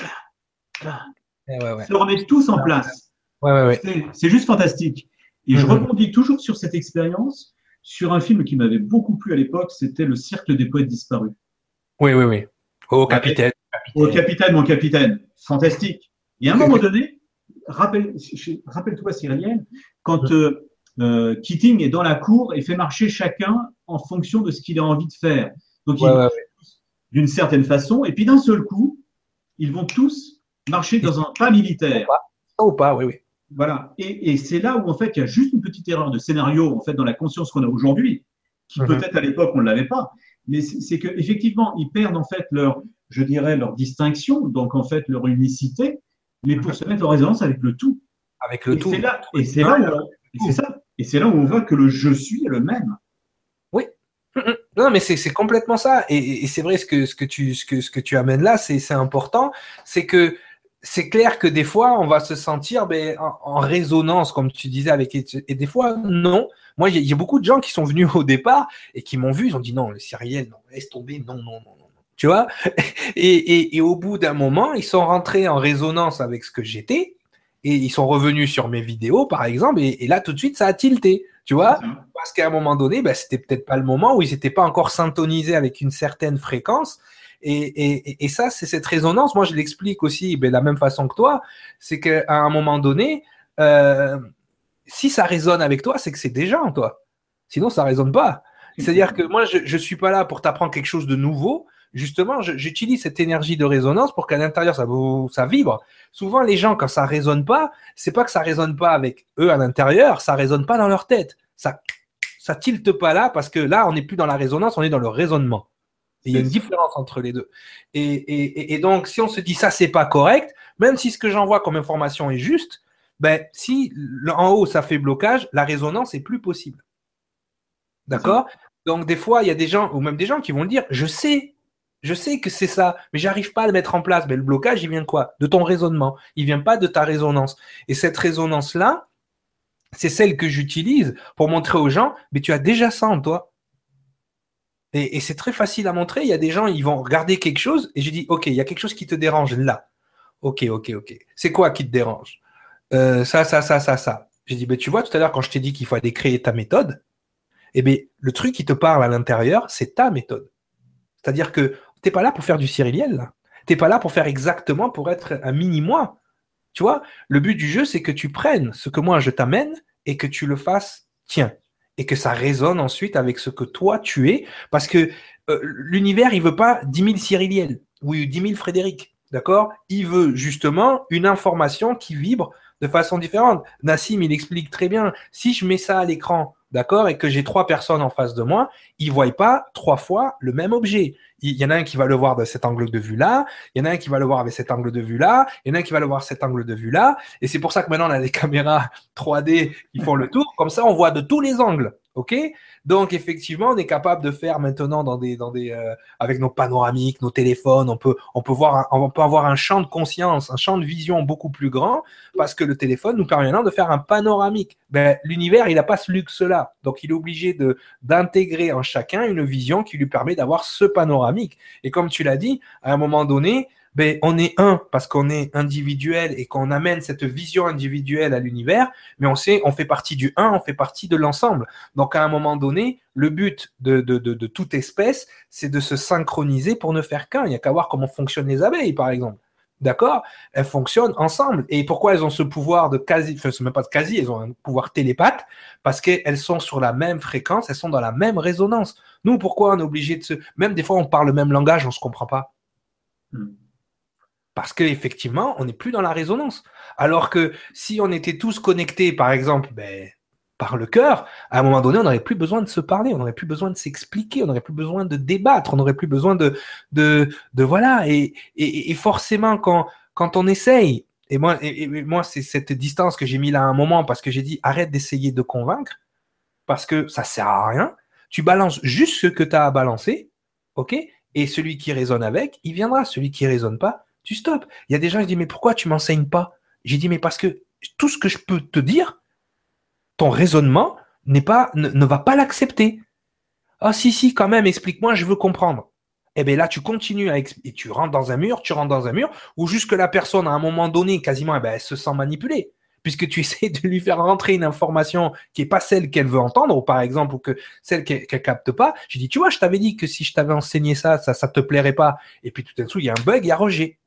Ouais, ouais, ouais. se remettent tous en place. Ouais, ouais, ouais. C'est, c'est juste fantastique. Et je Mhm. rebondis toujours sur cette expérience, sur un film qui m'avait beaucoup plu à l'époque, c'était Le Cercle des poètes disparus. Oui, oui, oui. Oh, Avec capitaine, Oh capitaine. capitaine, mon capitaine, fantastique. Et à un moment donné, rappelle, rappelle-toi Cyrielle, quand euh, euh, Keating est dans la cour et fait marcher chacun en fonction de ce qu'il a envie de faire. Donc Ouais, ils ouais, marchent ouais. tous d'une certaine façon, et puis d'un seul coup, ils vont tous marcher Ils dans sont un pas ou militaire. pas? Ils sont ou pas, oui, oui. Voilà. Et, et c'est là où en fait il y a juste une petite erreur de scénario en fait dans la conscience qu'on a aujourd'hui, qui Mhm. peut-être à l'époque on ne l'avait pas, mais c'est, c'est que effectivement ils perdent en fait leur, je dirais leur distinction, donc en fait leur unicité, mais pour Mhm. se mettre en résonance avec le tout. Avec le Et c'est tout. là, Tout et est c'est un, là où le on, et c'est tout. ça, et c'est là où on voit que le je suis est le même. Oui. Mhm. Non, mais c'est c'est complètement ça. Et, et- et c'est vrai ce que, ce que tu, ce que, ce que tu amènes là, c'est c'est important. C'est que c'est clair que des fois, on va se sentir ben, en, en résonance, comme tu disais, avec. Et des fois, non. Moi, il y, a il y a beaucoup de gens qui sont venus au départ et qui m'ont vu, ils ont dit non, le Cyriel, non, laisse tomber, non, non, non, non. non. Tu vois? Et, et, et au bout d'un moment, ils sont rentrés en résonance avec ce que j'étais et ils sont revenus sur mes vidéos, par exemple, et, et là, tout de suite, ça a tilté. Tu C'est vois? ça. Parce qu'à un moment donné, ben, c'était peut-être pas le moment où ils n'étaient pas encore syntonisés avec une certaine fréquence. Et, et, et ça, c'est cette résonance. Moi, je l'explique aussi ben, de la même façon que toi. C'est qu'à un moment donné, euh, si ça résonne avec toi, c'est que c'est déjà en toi. Sinon, ça résonne pas. C'est-à-dire que moi, je ne suis pas là pour t'apprendre quelque chose de nouveau. Justement, je, j'utilise cette énergie de résonance pour qu'à l'intérieur, ça, ça vibre. Souvent, les gens, quand ça résonne pas, c'est pas que ça résonne pas avec eux à l'intérieur, ça résonne pas dans leur tête. Ça, ça tilte pas là parce que là, on n'est plus dans la résonance, on est dans le raisonnement. Et il y a C'est une ça. différence entre les deux. Et, et, et donc, si on se dit ça, c'est pas correct, même si ce que j'envoie comme information est juste, ben, si en haut ça fait blocage, la résonance est plus possible. C'est ça. D'accord? Donc, des fois, il y a des gens, ou même des gens qui vont le dire, je sais, je sais que c'est ça, mais j'arrive pas à le mettre en place. Mais le blocage, il vient de quoi? De ton raisonnement. Il vient pas de ta résonance. Et cette résonance-là, c'est celle que j'utilise pour montrer aux gens, mais tu as déjà ça en toi. Et, et c'est très facile à montrer. Il y a des gens, ils vont regarder quelque chose et je dis, OK, il y a quelque chose qui te dérange là. OK, OK, OK. C'est quoi qui te dérange? Euh, ça, ça, ça, ça, ça. J'ai dit, ben, tu vois, tout à l'heure, quand je t'ai dit qu'il fallait créer ta méthode, eh bien, le truc qui te parle à l'intérieur, c'est ta méthode. C'est-à-dire que tu n'es pas là pour faire du cyriliel, là. Tu n'es pas là pour faire exactement, pour être un mini-moi. Tu vois, le but du jeu, c'est que tu prennes ce que moi je t'amène et que tu le fasses tien. Et que ça résonne ensuite avec ce que toi tu es. Parce que euh, l'univers, il veut pas dix mille Cyriliel ou dix mille Frédéric. D'accord? Il veut justement une information qui vibre de façon différente. Nassim, il explique très bien. Si je mets ça à l'écran, d'accord, et que j'ai trois personnes en face de moi, ils ne voient pas trois fois le même objet. Il y en a un qui va le voir de cet angle de vue-là, il y en a un qui va le voir avec cet angle de vue-là, il y en a un qui va le voir cet angle de vue-là. Et c'est pour ça que maintenant, on a des caméras trois D qui font le tour. Comme ça, on voit de tous les angles. OK? Donc, effectivement, on est capable de faire maintenant dans des, dans des, euh, avec nos panoramiques, nos téléphones, on peut, on peut voir, un, on peut avoir un champ de conscience, un champ de vision beaucoup plus grand parce que le téléphone nous permet maintenant de faire un panoramique. Ben, l'univers, il n'a pas ce luxe-là. Donc, il est obligé de, d'intégrer en chacun une vision qui lui permet d'avoir ce panoramique. Et comme tu l'as dit, à un moment donné, ben, on est un parce qu'on est individuel et qu'on amène cette vision individuelle à l'univers, mais on sait, on fait partie du un, on fait partie de l'ensemble. Donc, à un moment donné, le but de, de, de, de toute espèce, c'est de se synchroniser pour ne faire qu'un. Il n'y a qu'à voir comment fonctionnent les abeilles, par exemple. d'accord, elles fonctionnent ensemble. Et pourquoi elles ont ce pouvoir de quasi, enfin, ce n'est même pas de quasi, elles ont un pouvoir télépathe, parce qu'elles sont sur la même fréquence, elles sont dans la même résonance. Nous, pourquoi on est obligé de se... Même des fois, on parle le même langage, on ne se comprend pas. Mm. Parce qu'effectivement, on n'est plus dans la résonance. Alors que si on était tous connectés, par exemple, ben, par le cœur, à un moment donné, on n'aurait plus besoin de se parler, on n'aurait plus besoin de s'expliquer, on n'aurait plus besoin de débattre, on n'aurait plus besoin de, de, de voilà. Et, et, et forcément, quand, quand on essaye, et moi, et, et moi, c'est cette distance que j'ai mis là à un moment parce que j'ai dit arrête d'essayer de convaincre, parce que ça sert à rien. Tu balances juste ce que tu as à balancer, ok? Et celui qui résonne avec, il viendra. Celui qui résonne pas, tu stops. Il y a des gens qui disent mais pourquoi tu m'enseignes pas? J'ai dit mais parce que tout ce que je peux te dire, ton raisonnement n'est pas, ne, ne va pas l'accepter. Ah si si quand même, explique-moi, je veux comprendre. Eh bien là, tu continues à et tu rentres dans un mur, tu rentres dans un mur, où jusque la personne, à un moment donné, quasiment, eh ben, elle se sent manipulée. Puisque tu essaies de lui faire rentrer une information qui n'est pas celle qu'elle veut entendre, ou par exemple, ou que celle qu'elle ne capte pas. Je dis, tu vois, je t'avais dit que si je t'avais enseigné ça, ça ne te plairait pas. Et puis tout d'un coup, il y a un bug, il y a rejet.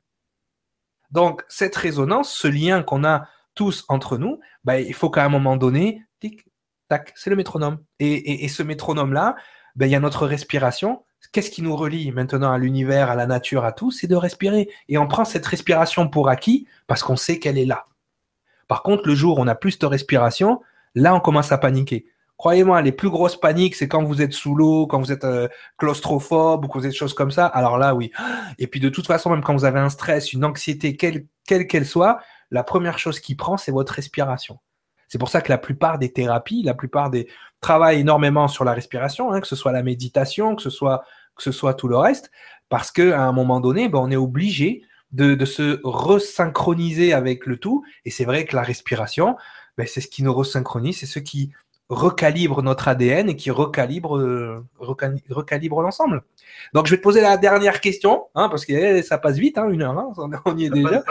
Donc, cette résonance, ce lien qu'on a tous entre nous, ben, il faut qu'à un moment donné, tic, tac, c'est le métronome. Et, et, et ce métronome-là, ben, il y a notre respiration. Qu'est-ce qui nous relie maintenant à l'univers, à la nature, à tout? C'est de respirer. Et on prend cette respiration pour acquis parce qu'on sait qu'elle est là. Par contre, le jour où on a plus de respiration, là, on commence à paniquer. Croyez-moi, les plus grosses paniques, c'est quand vous êtes sous l'eau, quand vous êtes euh, claustrophobe ou que vous êtes des choses comme ça. Alors là, oui. Et puis de toute façon, même quand vous avez un stress, une anxiété, quelle quelle qu'elle soit, la première chose qui prend, c'est votre respiration. C'est pour ça que la plupart des thérapies, la plupart des travaillent énormément sur la respiration, hein, que ce soit la méditation, que ce soit que ce soit tout le reste, parce que à un moment donné, ben, on est obligé de, de se resynchroniser avec le tout. Et c'est vrai que la respiration, ben, c'est ce qui nous resynchronise, c'est ce qui recalibre notre A D N et qui recalibre, euh, recali- recalibre l'ensemble. Donc, je vais te poser la dernière question, hein, parce que eh, ça passe vite, hein, une heure, hein, on y est déjà.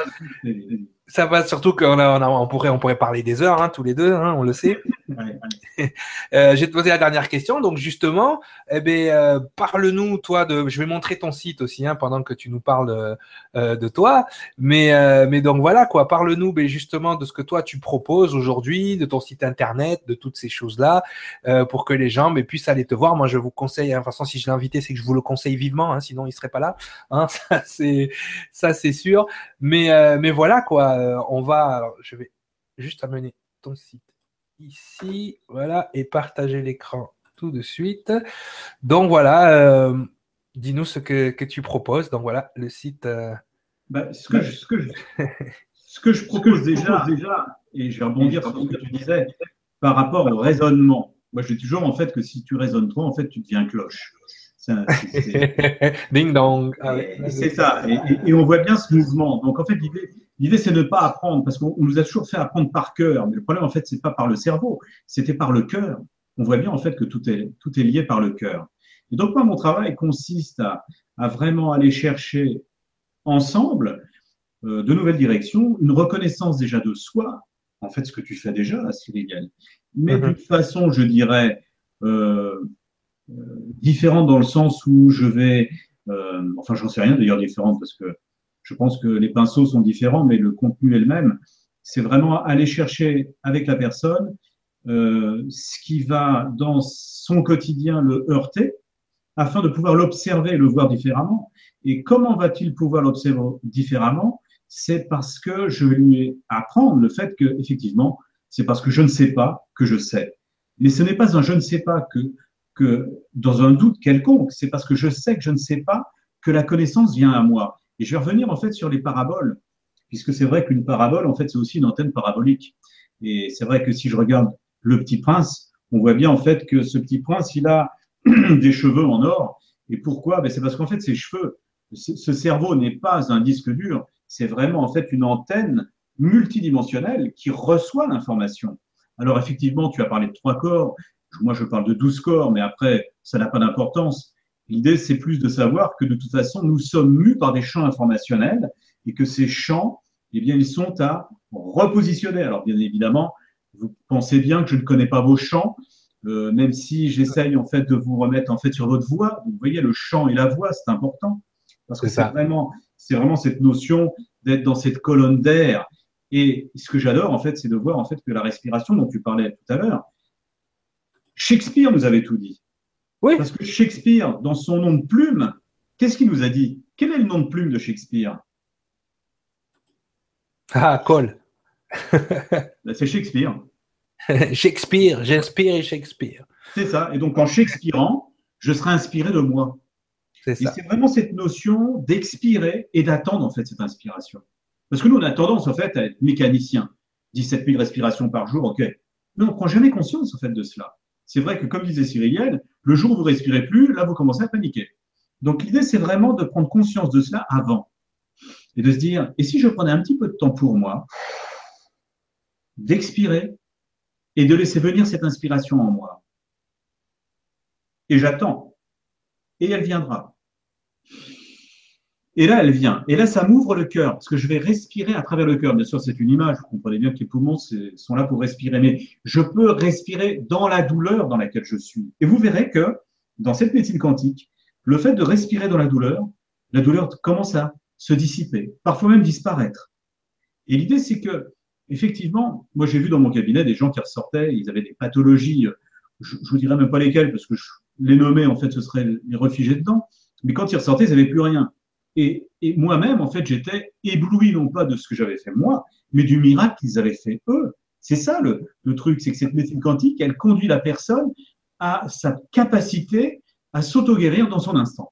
Ça passe surtout qu'on a, on, a, on pourrait, on pourrait parler des heures, hein, tous les deux, hein, on le sait. Ouais. Euh, je vais te poser la dernière question. Donc justement, eh ben, euh, parle-nous, toi, de. Je vais montrer ton site aussi, hein, pendant que tu nous parles euh, de toi. Mais, euh, mais donc voilà, quoi. Parle-nous, ben, justement, de ce que toi tu proposes aujourd'hui, de ton site internet, de toutes ces choses-là, euh, pour que les gens ben, puissent aller te voir. Moi, je vous conseille. Hein, de toute façon, si je l'ai invité, c'est que je vous le conseille vivement. Hein, sinon, il serait pas là. Hein, ça, c'est, ça, c'est sûr. Mais, euh, mais voilà, quoi. Euh, on va. Alors, je vais juste amener ton site ici, voilà, et partager l'écran tout de suite. Donc voilà, euh, dis-nous ce que, que tu proposes. Donc voilà, le site. Euh... Bah, ce, que je, ce, que je, ce que je propose déjà, et je vais rebondir sur ce que tu disais, par rapport au raisonnement. Moi, je dis toujours en fait que si tu raisonnes trop, en fait, tu deviens cloche. C'est, c'est, Ding dong. Ah ouais, c'est ça. Et, et, et on voit bien ce mouvement. Donc, en fait, l'idée, l'idée, c'est de ne pas apprendre, parce qu'on nous a toujours fait apprendre par cœur. Mais le problème, en fait, c'est pas par le cerveau, c'était par le cœur. On voit bien, en fait, que tout est, tout est lié par le cœur. Et donc, moi, mon travail consiste à, à vraiment aller chercher ensemble euh, de nouvelles directions, une reconnaissance déjà de soi, en fait, ce que tu fais déjà, Cyril, mais Mm-hmm. d'une façon, je dirais, euh, euh, différente dans le sens où je vais, euh, enfin, j'en sais rien d'ailleurs différente parce que je pense que les pinceaux sont différents, mais le contenu est le même. C'est vraiment aller chercher avec la personne euh, ce qui va dans son quotidien le heurter afin de pouvoir l'observer et le voir différemment. Et comment va-t-il pouvoir l'observer différemment? C'est parce que je vais lui apprendre le fait que, effectivement, c'est parce que je ne sais pas que je sais. Mais ce n'est pas un je ne sais pas que, que dans un doute quelconque, c'est parce que je sais que je ne sais pas que la connaissance vient à moi. Et je vais revenir en fait sur les paraboles, puisque c'est vrai qu'une parabole, en fait, c'est aussi une antenne parabolique. Et c'est vrai que si je regarde Le Petit Prince, on voit bien en fait que ce petit prince, il a des cheveux en or. Et pourquoi? Ben, c'est parce qu'en fait, ces cheveux, ce cerveau n'est pas un disque dur, c'est vraiment en fait une antenne multidimensionnelle qui reçoit l'information. Alors effectivement, tu as parlé de trois corps, moi je parle de douze corps, mais après, ça n'a pas d'importance. L'idée, c'est plus de savoir que de toute façon, nous sommes mus par des champs informationnels et que ces champs, eh bien, ils sont à repositionner. Alors bien évidemment, vous pensez bien que je ne connais pas vos champs, euh, même si j'essaye en fait de vous remettre en fait sur votre voix. Vous voyez, le chant et la voix, c'est important parce que C'est c'est ça. vraiment, c'est vraiment cette notion. d'être dans cette colonne d'air. Et ce que j'adore, en fait, c'est de voir en fait que la respiration dont tu parlais tout à l'heure, Shakespeare nous avait tout dit. Oui. Parce que Shakespeare, dans son nom de plume, qu'est-ce qu'il nous a dit? Quel est le nom de plume de Shakespeare? Ah, Cole. Ben, c'est Shakespeare. Shakespeare, j'inspire et Shakespeare. C'est ça. Et donc, en Shakespeareant, je serai inspiré de moi. C'est Et ça. c'est vraiment cette notion d'expirer et d'attendre, en fait, cette inspiration. Parce que nous, on a tendance, en fait, à être mécanicien. dix-sept mille respirations par jour, OK. Mais on ne prend jamais conscience, en fait, de cela. C'est vrai que, comme disait Cyriliel, le jour où vous respirez plus, là, vous commencez à paniquer. Donc, l'idée, c'est vraiment de prendre conscience de cela avant. Et de se dire, et si je prenais un petit peu de temps pour moi, d'expirer et de laisser venir cette inspiration en moi. Et j'attends. Et elle viendra. Et là, elle vient. Et là, ça m'ouvre le cœur, parce que je vais respirer à travers le cœur. Bien sûr, c'est une image. Vous comprenez bien que les poumons sont là pour respirer. Mais je peux respirer dans la douleur dans laquelle je suis. Et vous verrez que, dans cette médecine quantique, le fait de respirer dans la douleur, la douleur commence à se dissiper, parfois même disparaître. Et l'idée, c'est que, effectivement, moi, j'ai vu dans mon cabinet des gens qui ressortaient, ils avaient des pathologies, je ne vous dirais même pas lesquelles, parce que je, les nommer, en fait, ce serait les réfugier dedans. Mais quand ils ressortaient, ils n'avaient plus rien. Et, et moi-même, en fait, j'étais ébloui, non pas de ce que j'avais fait moi, mais du miracle qu'ils avaient fait eux. C'est ça le, le truc, c'est que cette médecine quantique, elle conduit la personne à sa capacité à s'auto-guérir dans son instant.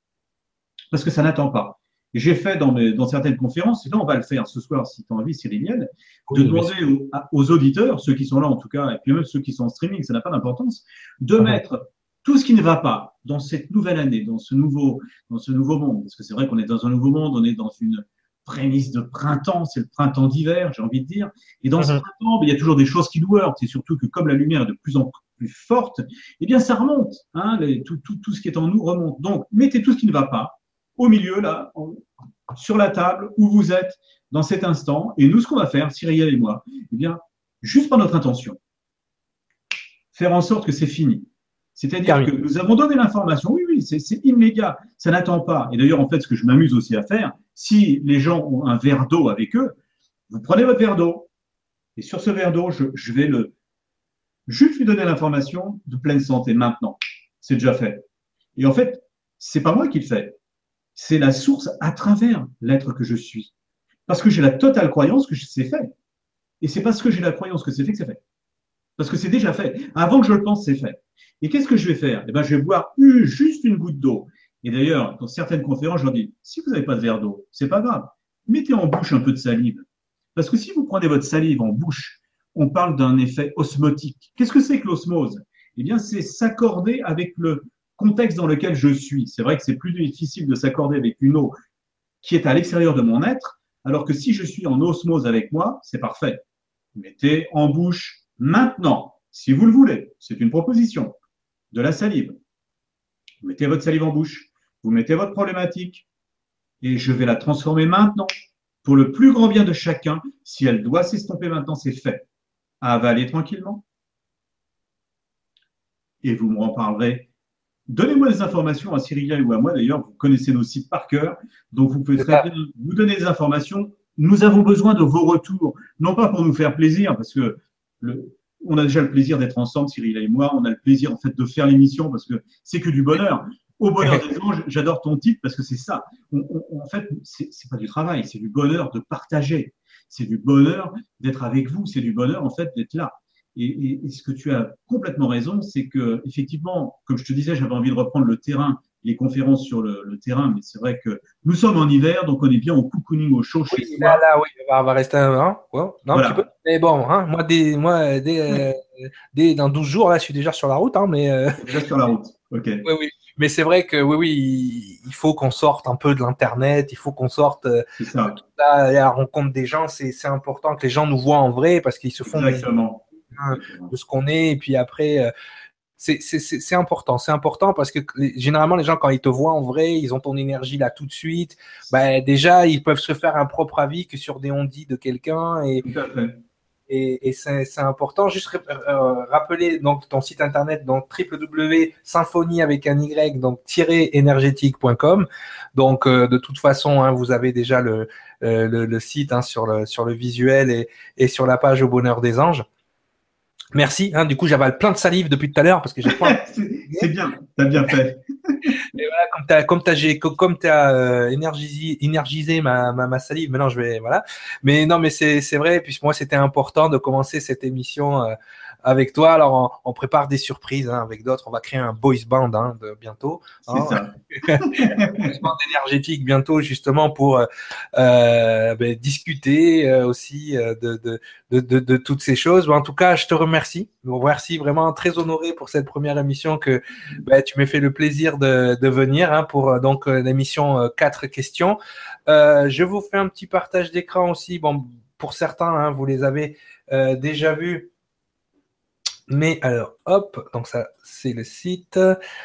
Parce que ça n'attend pas. J'ai fait dans, mes, dans certaines conférences, et là on va le faire ce soir si tu as envie, Cyriliel, oui, de demander aux, aux auditeurs, ceux qui sont là en tout cas, et puis même ceux qui sont en streaming, ça n'a pas d'importance, de uh-huh. mettre tout ce qui ne va pas dans cette nouvelle année, dans ce nouveau, dans ce nouveau monde. Parce que c'est vrai qu'on est dans un nouveau monde, on est dans une prémisse de printemps, c'est le printemps d'hiver, j'ai envie de dire. Et dans uh-huh. ce printemps, il y a toujours des choses qui nous heurtent, et surtout que comme la lumière est de plus en plus forte, eh bien ça remonte, hein, les, tout, tout, tout ce qui est en nous remonte. Donc, mettez tout ce qui ne va pas au milieu, là, sur la table où vous êtes dans cet instant. Et nous, ce qu'on va faire, Cyriliel et moi, eh bien, juste par notre intention, faire en sorte que c'est fini. C'est-à-dire que nous avons donné l'information, oui, oui, c'est, c'est immédiat, ça n'attend pas. Et d'ailleurs, en fait, ce que je m'amuse aussi à faire, si les gens ont un verre d'eau avec eux, vous prenez votre verre d'eau, et sur ce verre d'eau, je, je vais le juste lui donner l'information de pleine santé maintenant. C'est déjà fait. Et en fait, c'est pas moi qui le fais. C'est la source à travers l'être que je suis. Parce que j'ai la totale croyance que c'est fait. Et c'est parce que j'ai la croyance que c'est fait que c'est fait. Parce que c'est déjà fait. Avant que je le pense, c'est fait. Et qu'est-ce que je vais faire? Eh bien, je vais boire une, juste une goutte d'eau. Et d'ailleurs, dans certaines conférences, je leur dis, si vous n'avez pas de verre d'eau, c'est pas grave. Mettez en bouche un peu de salive. Parce que si vous prenez votre salive en bouche, on parle d'un effet osmotique. Qu'est-ce que c'est que l'osmose? Eh bien, c'est s'accorder avec le contexte dans lequel je suis. C'est vrai que c'est plus difficile de s'accorder avec une eau qui est à l'extérieur de mon être, alors que si je suis en osmose avec moi, c'est parfait. Mettez en bouche maintenant, si vous le voulez, c'est une proposition, de la salive. Vous mettez votre salive en bouche, vous mettez votre problématique, et je vais la transformer maintenant pour le plus grand bien de chacun. Si elle doit s'estomper maintenant, c'est fait. Avalez tranquillement. Et vous me reparlerez. Donnez-moi des informations à Cyriliel ou à moi. D'ailleurs, vous connaissez nos sites par cœur. Donc, vous pouvez très bien nous donner des informations. Nous avons besoin de vos retours. Non pas pour nous faire plaisir, parce que le, on a déjà le plaisir d'être ensemble, Cyriliel et moi. On a le plaisir, en fait, de faire l'émission parce que c'est que du bonheur. Au bonheur des anges, j'adore ton titre parce que c'est ça. On, on, en fait, c'est, c'est pas du travail, c'est du bonheur de partager. C'est du bonheur d'être avec vous. C'est du bonheur, en fait, d'être là. Et, et, et ce que tu as complètement raison, c'est que effectivement, comme je te disais, j'avais envie de reprendre le terrain, les conférences sur le, le terrain, mais c'est vrai que nous sommes en hiver, donc on est bien au cocooning au chaud oui, chez là, soi. là, oui, on va rester un hein, ouais, non, voilà. un petit peu. Mais bon, hein, moi, dès, moi dès, euh, dès, dans douze jours, là, je suis déjà sur la route. Hein, mais, euh... Déjà sur la route, ok. Oui, oui. Mais c'est vrai que oui, oui, il faut qu'on sorte un peu de l'internet, il faut qu'on sorte c'est ça. De, à la rencontre des gens. C'est, c'est important que les gens nous voient en vrai parce qu'ils se font Exactement. Des, de ce qu'on est. Et puis après, euh, c'est, c'est, c'est, c'est important. C'est important parce que généralement, les gens, quand ils te voient en vrai, ils ont ton énergie là tout de suite. Ben, déjà, ils peuvent se faire un propre avis que sur des on-dit de quelqu'un. Et, tout à fait. et, et c'est, c'est important. Juste euh, rappeler donc ton site internet, donc w w w point symphonie avec un y donc tiret énergétique point com. Donc euh, de toute façon, hein, vous avez déjà le euh, le, le site hein, sur le sur le visuel et et sur la page Au Bonheur des Anges. Merci. Hein, du coup, j'avale plein de salive depuis tout à l'heure parce que j'ai pas. c'est, c'est bien, t'as bien fait. Et voilà, comme t'as, comme t'as, j'ai, comme t'as euh, énergisé, énergisé ma, ma, ma salive. Maintenant, je vais, voilà. Mais non, mais c'est, c'est vrai. Puis moi, c'était important de commencer cette émission euh, avec toi. Alors, on, on prépare des surprises hein, avec d'autres. On va créer un boys band hein, de, bientôt. C'est hein. ça. Un boys band énergétique bientôt, justement pour euh, ben, discuter euh, aussi euh, de, de, de, de, de toutes ces choses. En tout cas, je te remercie. Je vous remercie vraiment très honoré pour cette première émission que ben, tu m'as fait le plaisir de, de venir hein, pour donc l'émission euh, quatre questions. Euh, je vous fais un petit partage d'écran aussi. Bon, pour certains, hein, vous les avez euh, déjà vus. Mais alors, hop, donc ça, c'est le site.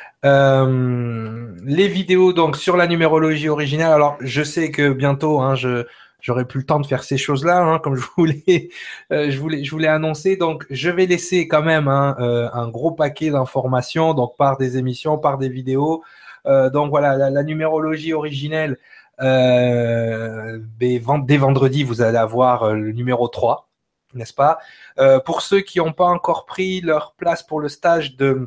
Euh, les vidéos donc sur la numérologie originale. Alors, je sais que bientôt, hein, je j'aurai plus le temps de faire ces choses-là, hein, comme je voulais, euh, je voulais, je voulais annoncer. Donc, je vais laisser quand même hein, euh, un gros paquet d'informations, donc par des émissions, par des vidéos. Euh, donc voilà, la, la numérologie originelle. Euh, dès vendredi, vous allez avoir le numéro trois. N'est-ce pas? euh, Pour ceux qui n'ont pas encore pris leur place pour le stage de,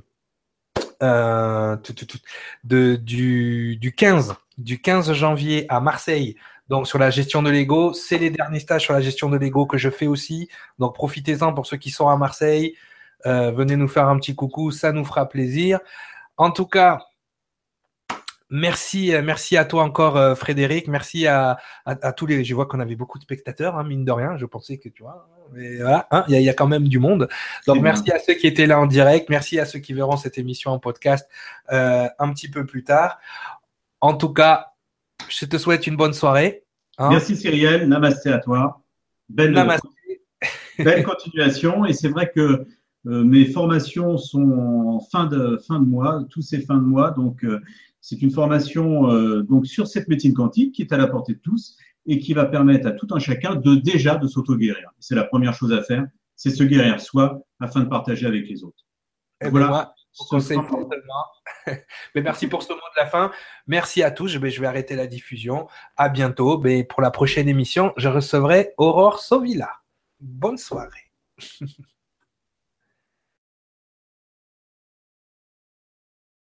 euh, tout, tout, tout, de du, du quinze du quinze janvier à Marseille, donc sur la gestion de l'ego, c'est les derniers stages sur la gestion de l'ego que je fais aussi. Donc profitez-en pour ceux qui sont à Marseille. Euh, venez nous faire un petit coucou, ça nous fera plaisir. En tout cas, merci, merci à toi encore, Frédéric. Merci à, à, à tous les. Je vois qu'on avait beaucoup de spectateurs, hein, mine de rien. Je pensais que tu vois. Mais voilà, hein, il y, a, il y a quand même du monde. Donc, merci à ceux qui étaient là en direct. Merci à ceux qui verront cette émission en podcast euh, un petit peu plus tard. En tout cas, je te souhaite une bonne soirée. Hein. Merci Cyrielle. Namasté à toi. Belle, Namasté. Belle continuation. Et c'est vrai que euh, mes formations sont en fin de, fin de mois, tous ces fins de mois. Donc, euh, c'est une formation euh, donc, sur cette médecine quantique qui est à la portée de tous et qui va permettre à tout un chacun de déjà de s'auto-guérir. C'est la première chose à faire, c'est se guérir soi afin de partager avec les autres. Et voilà. Ben moi, je conseille fortement. Mais merci pour ce mot de la fin. Merci à tous. Je vais, je vais arrêter la diffusion. À bientôt. Mais pour la prochaine émission, je recevrai Aurore Sauvilla. Bonne soirée.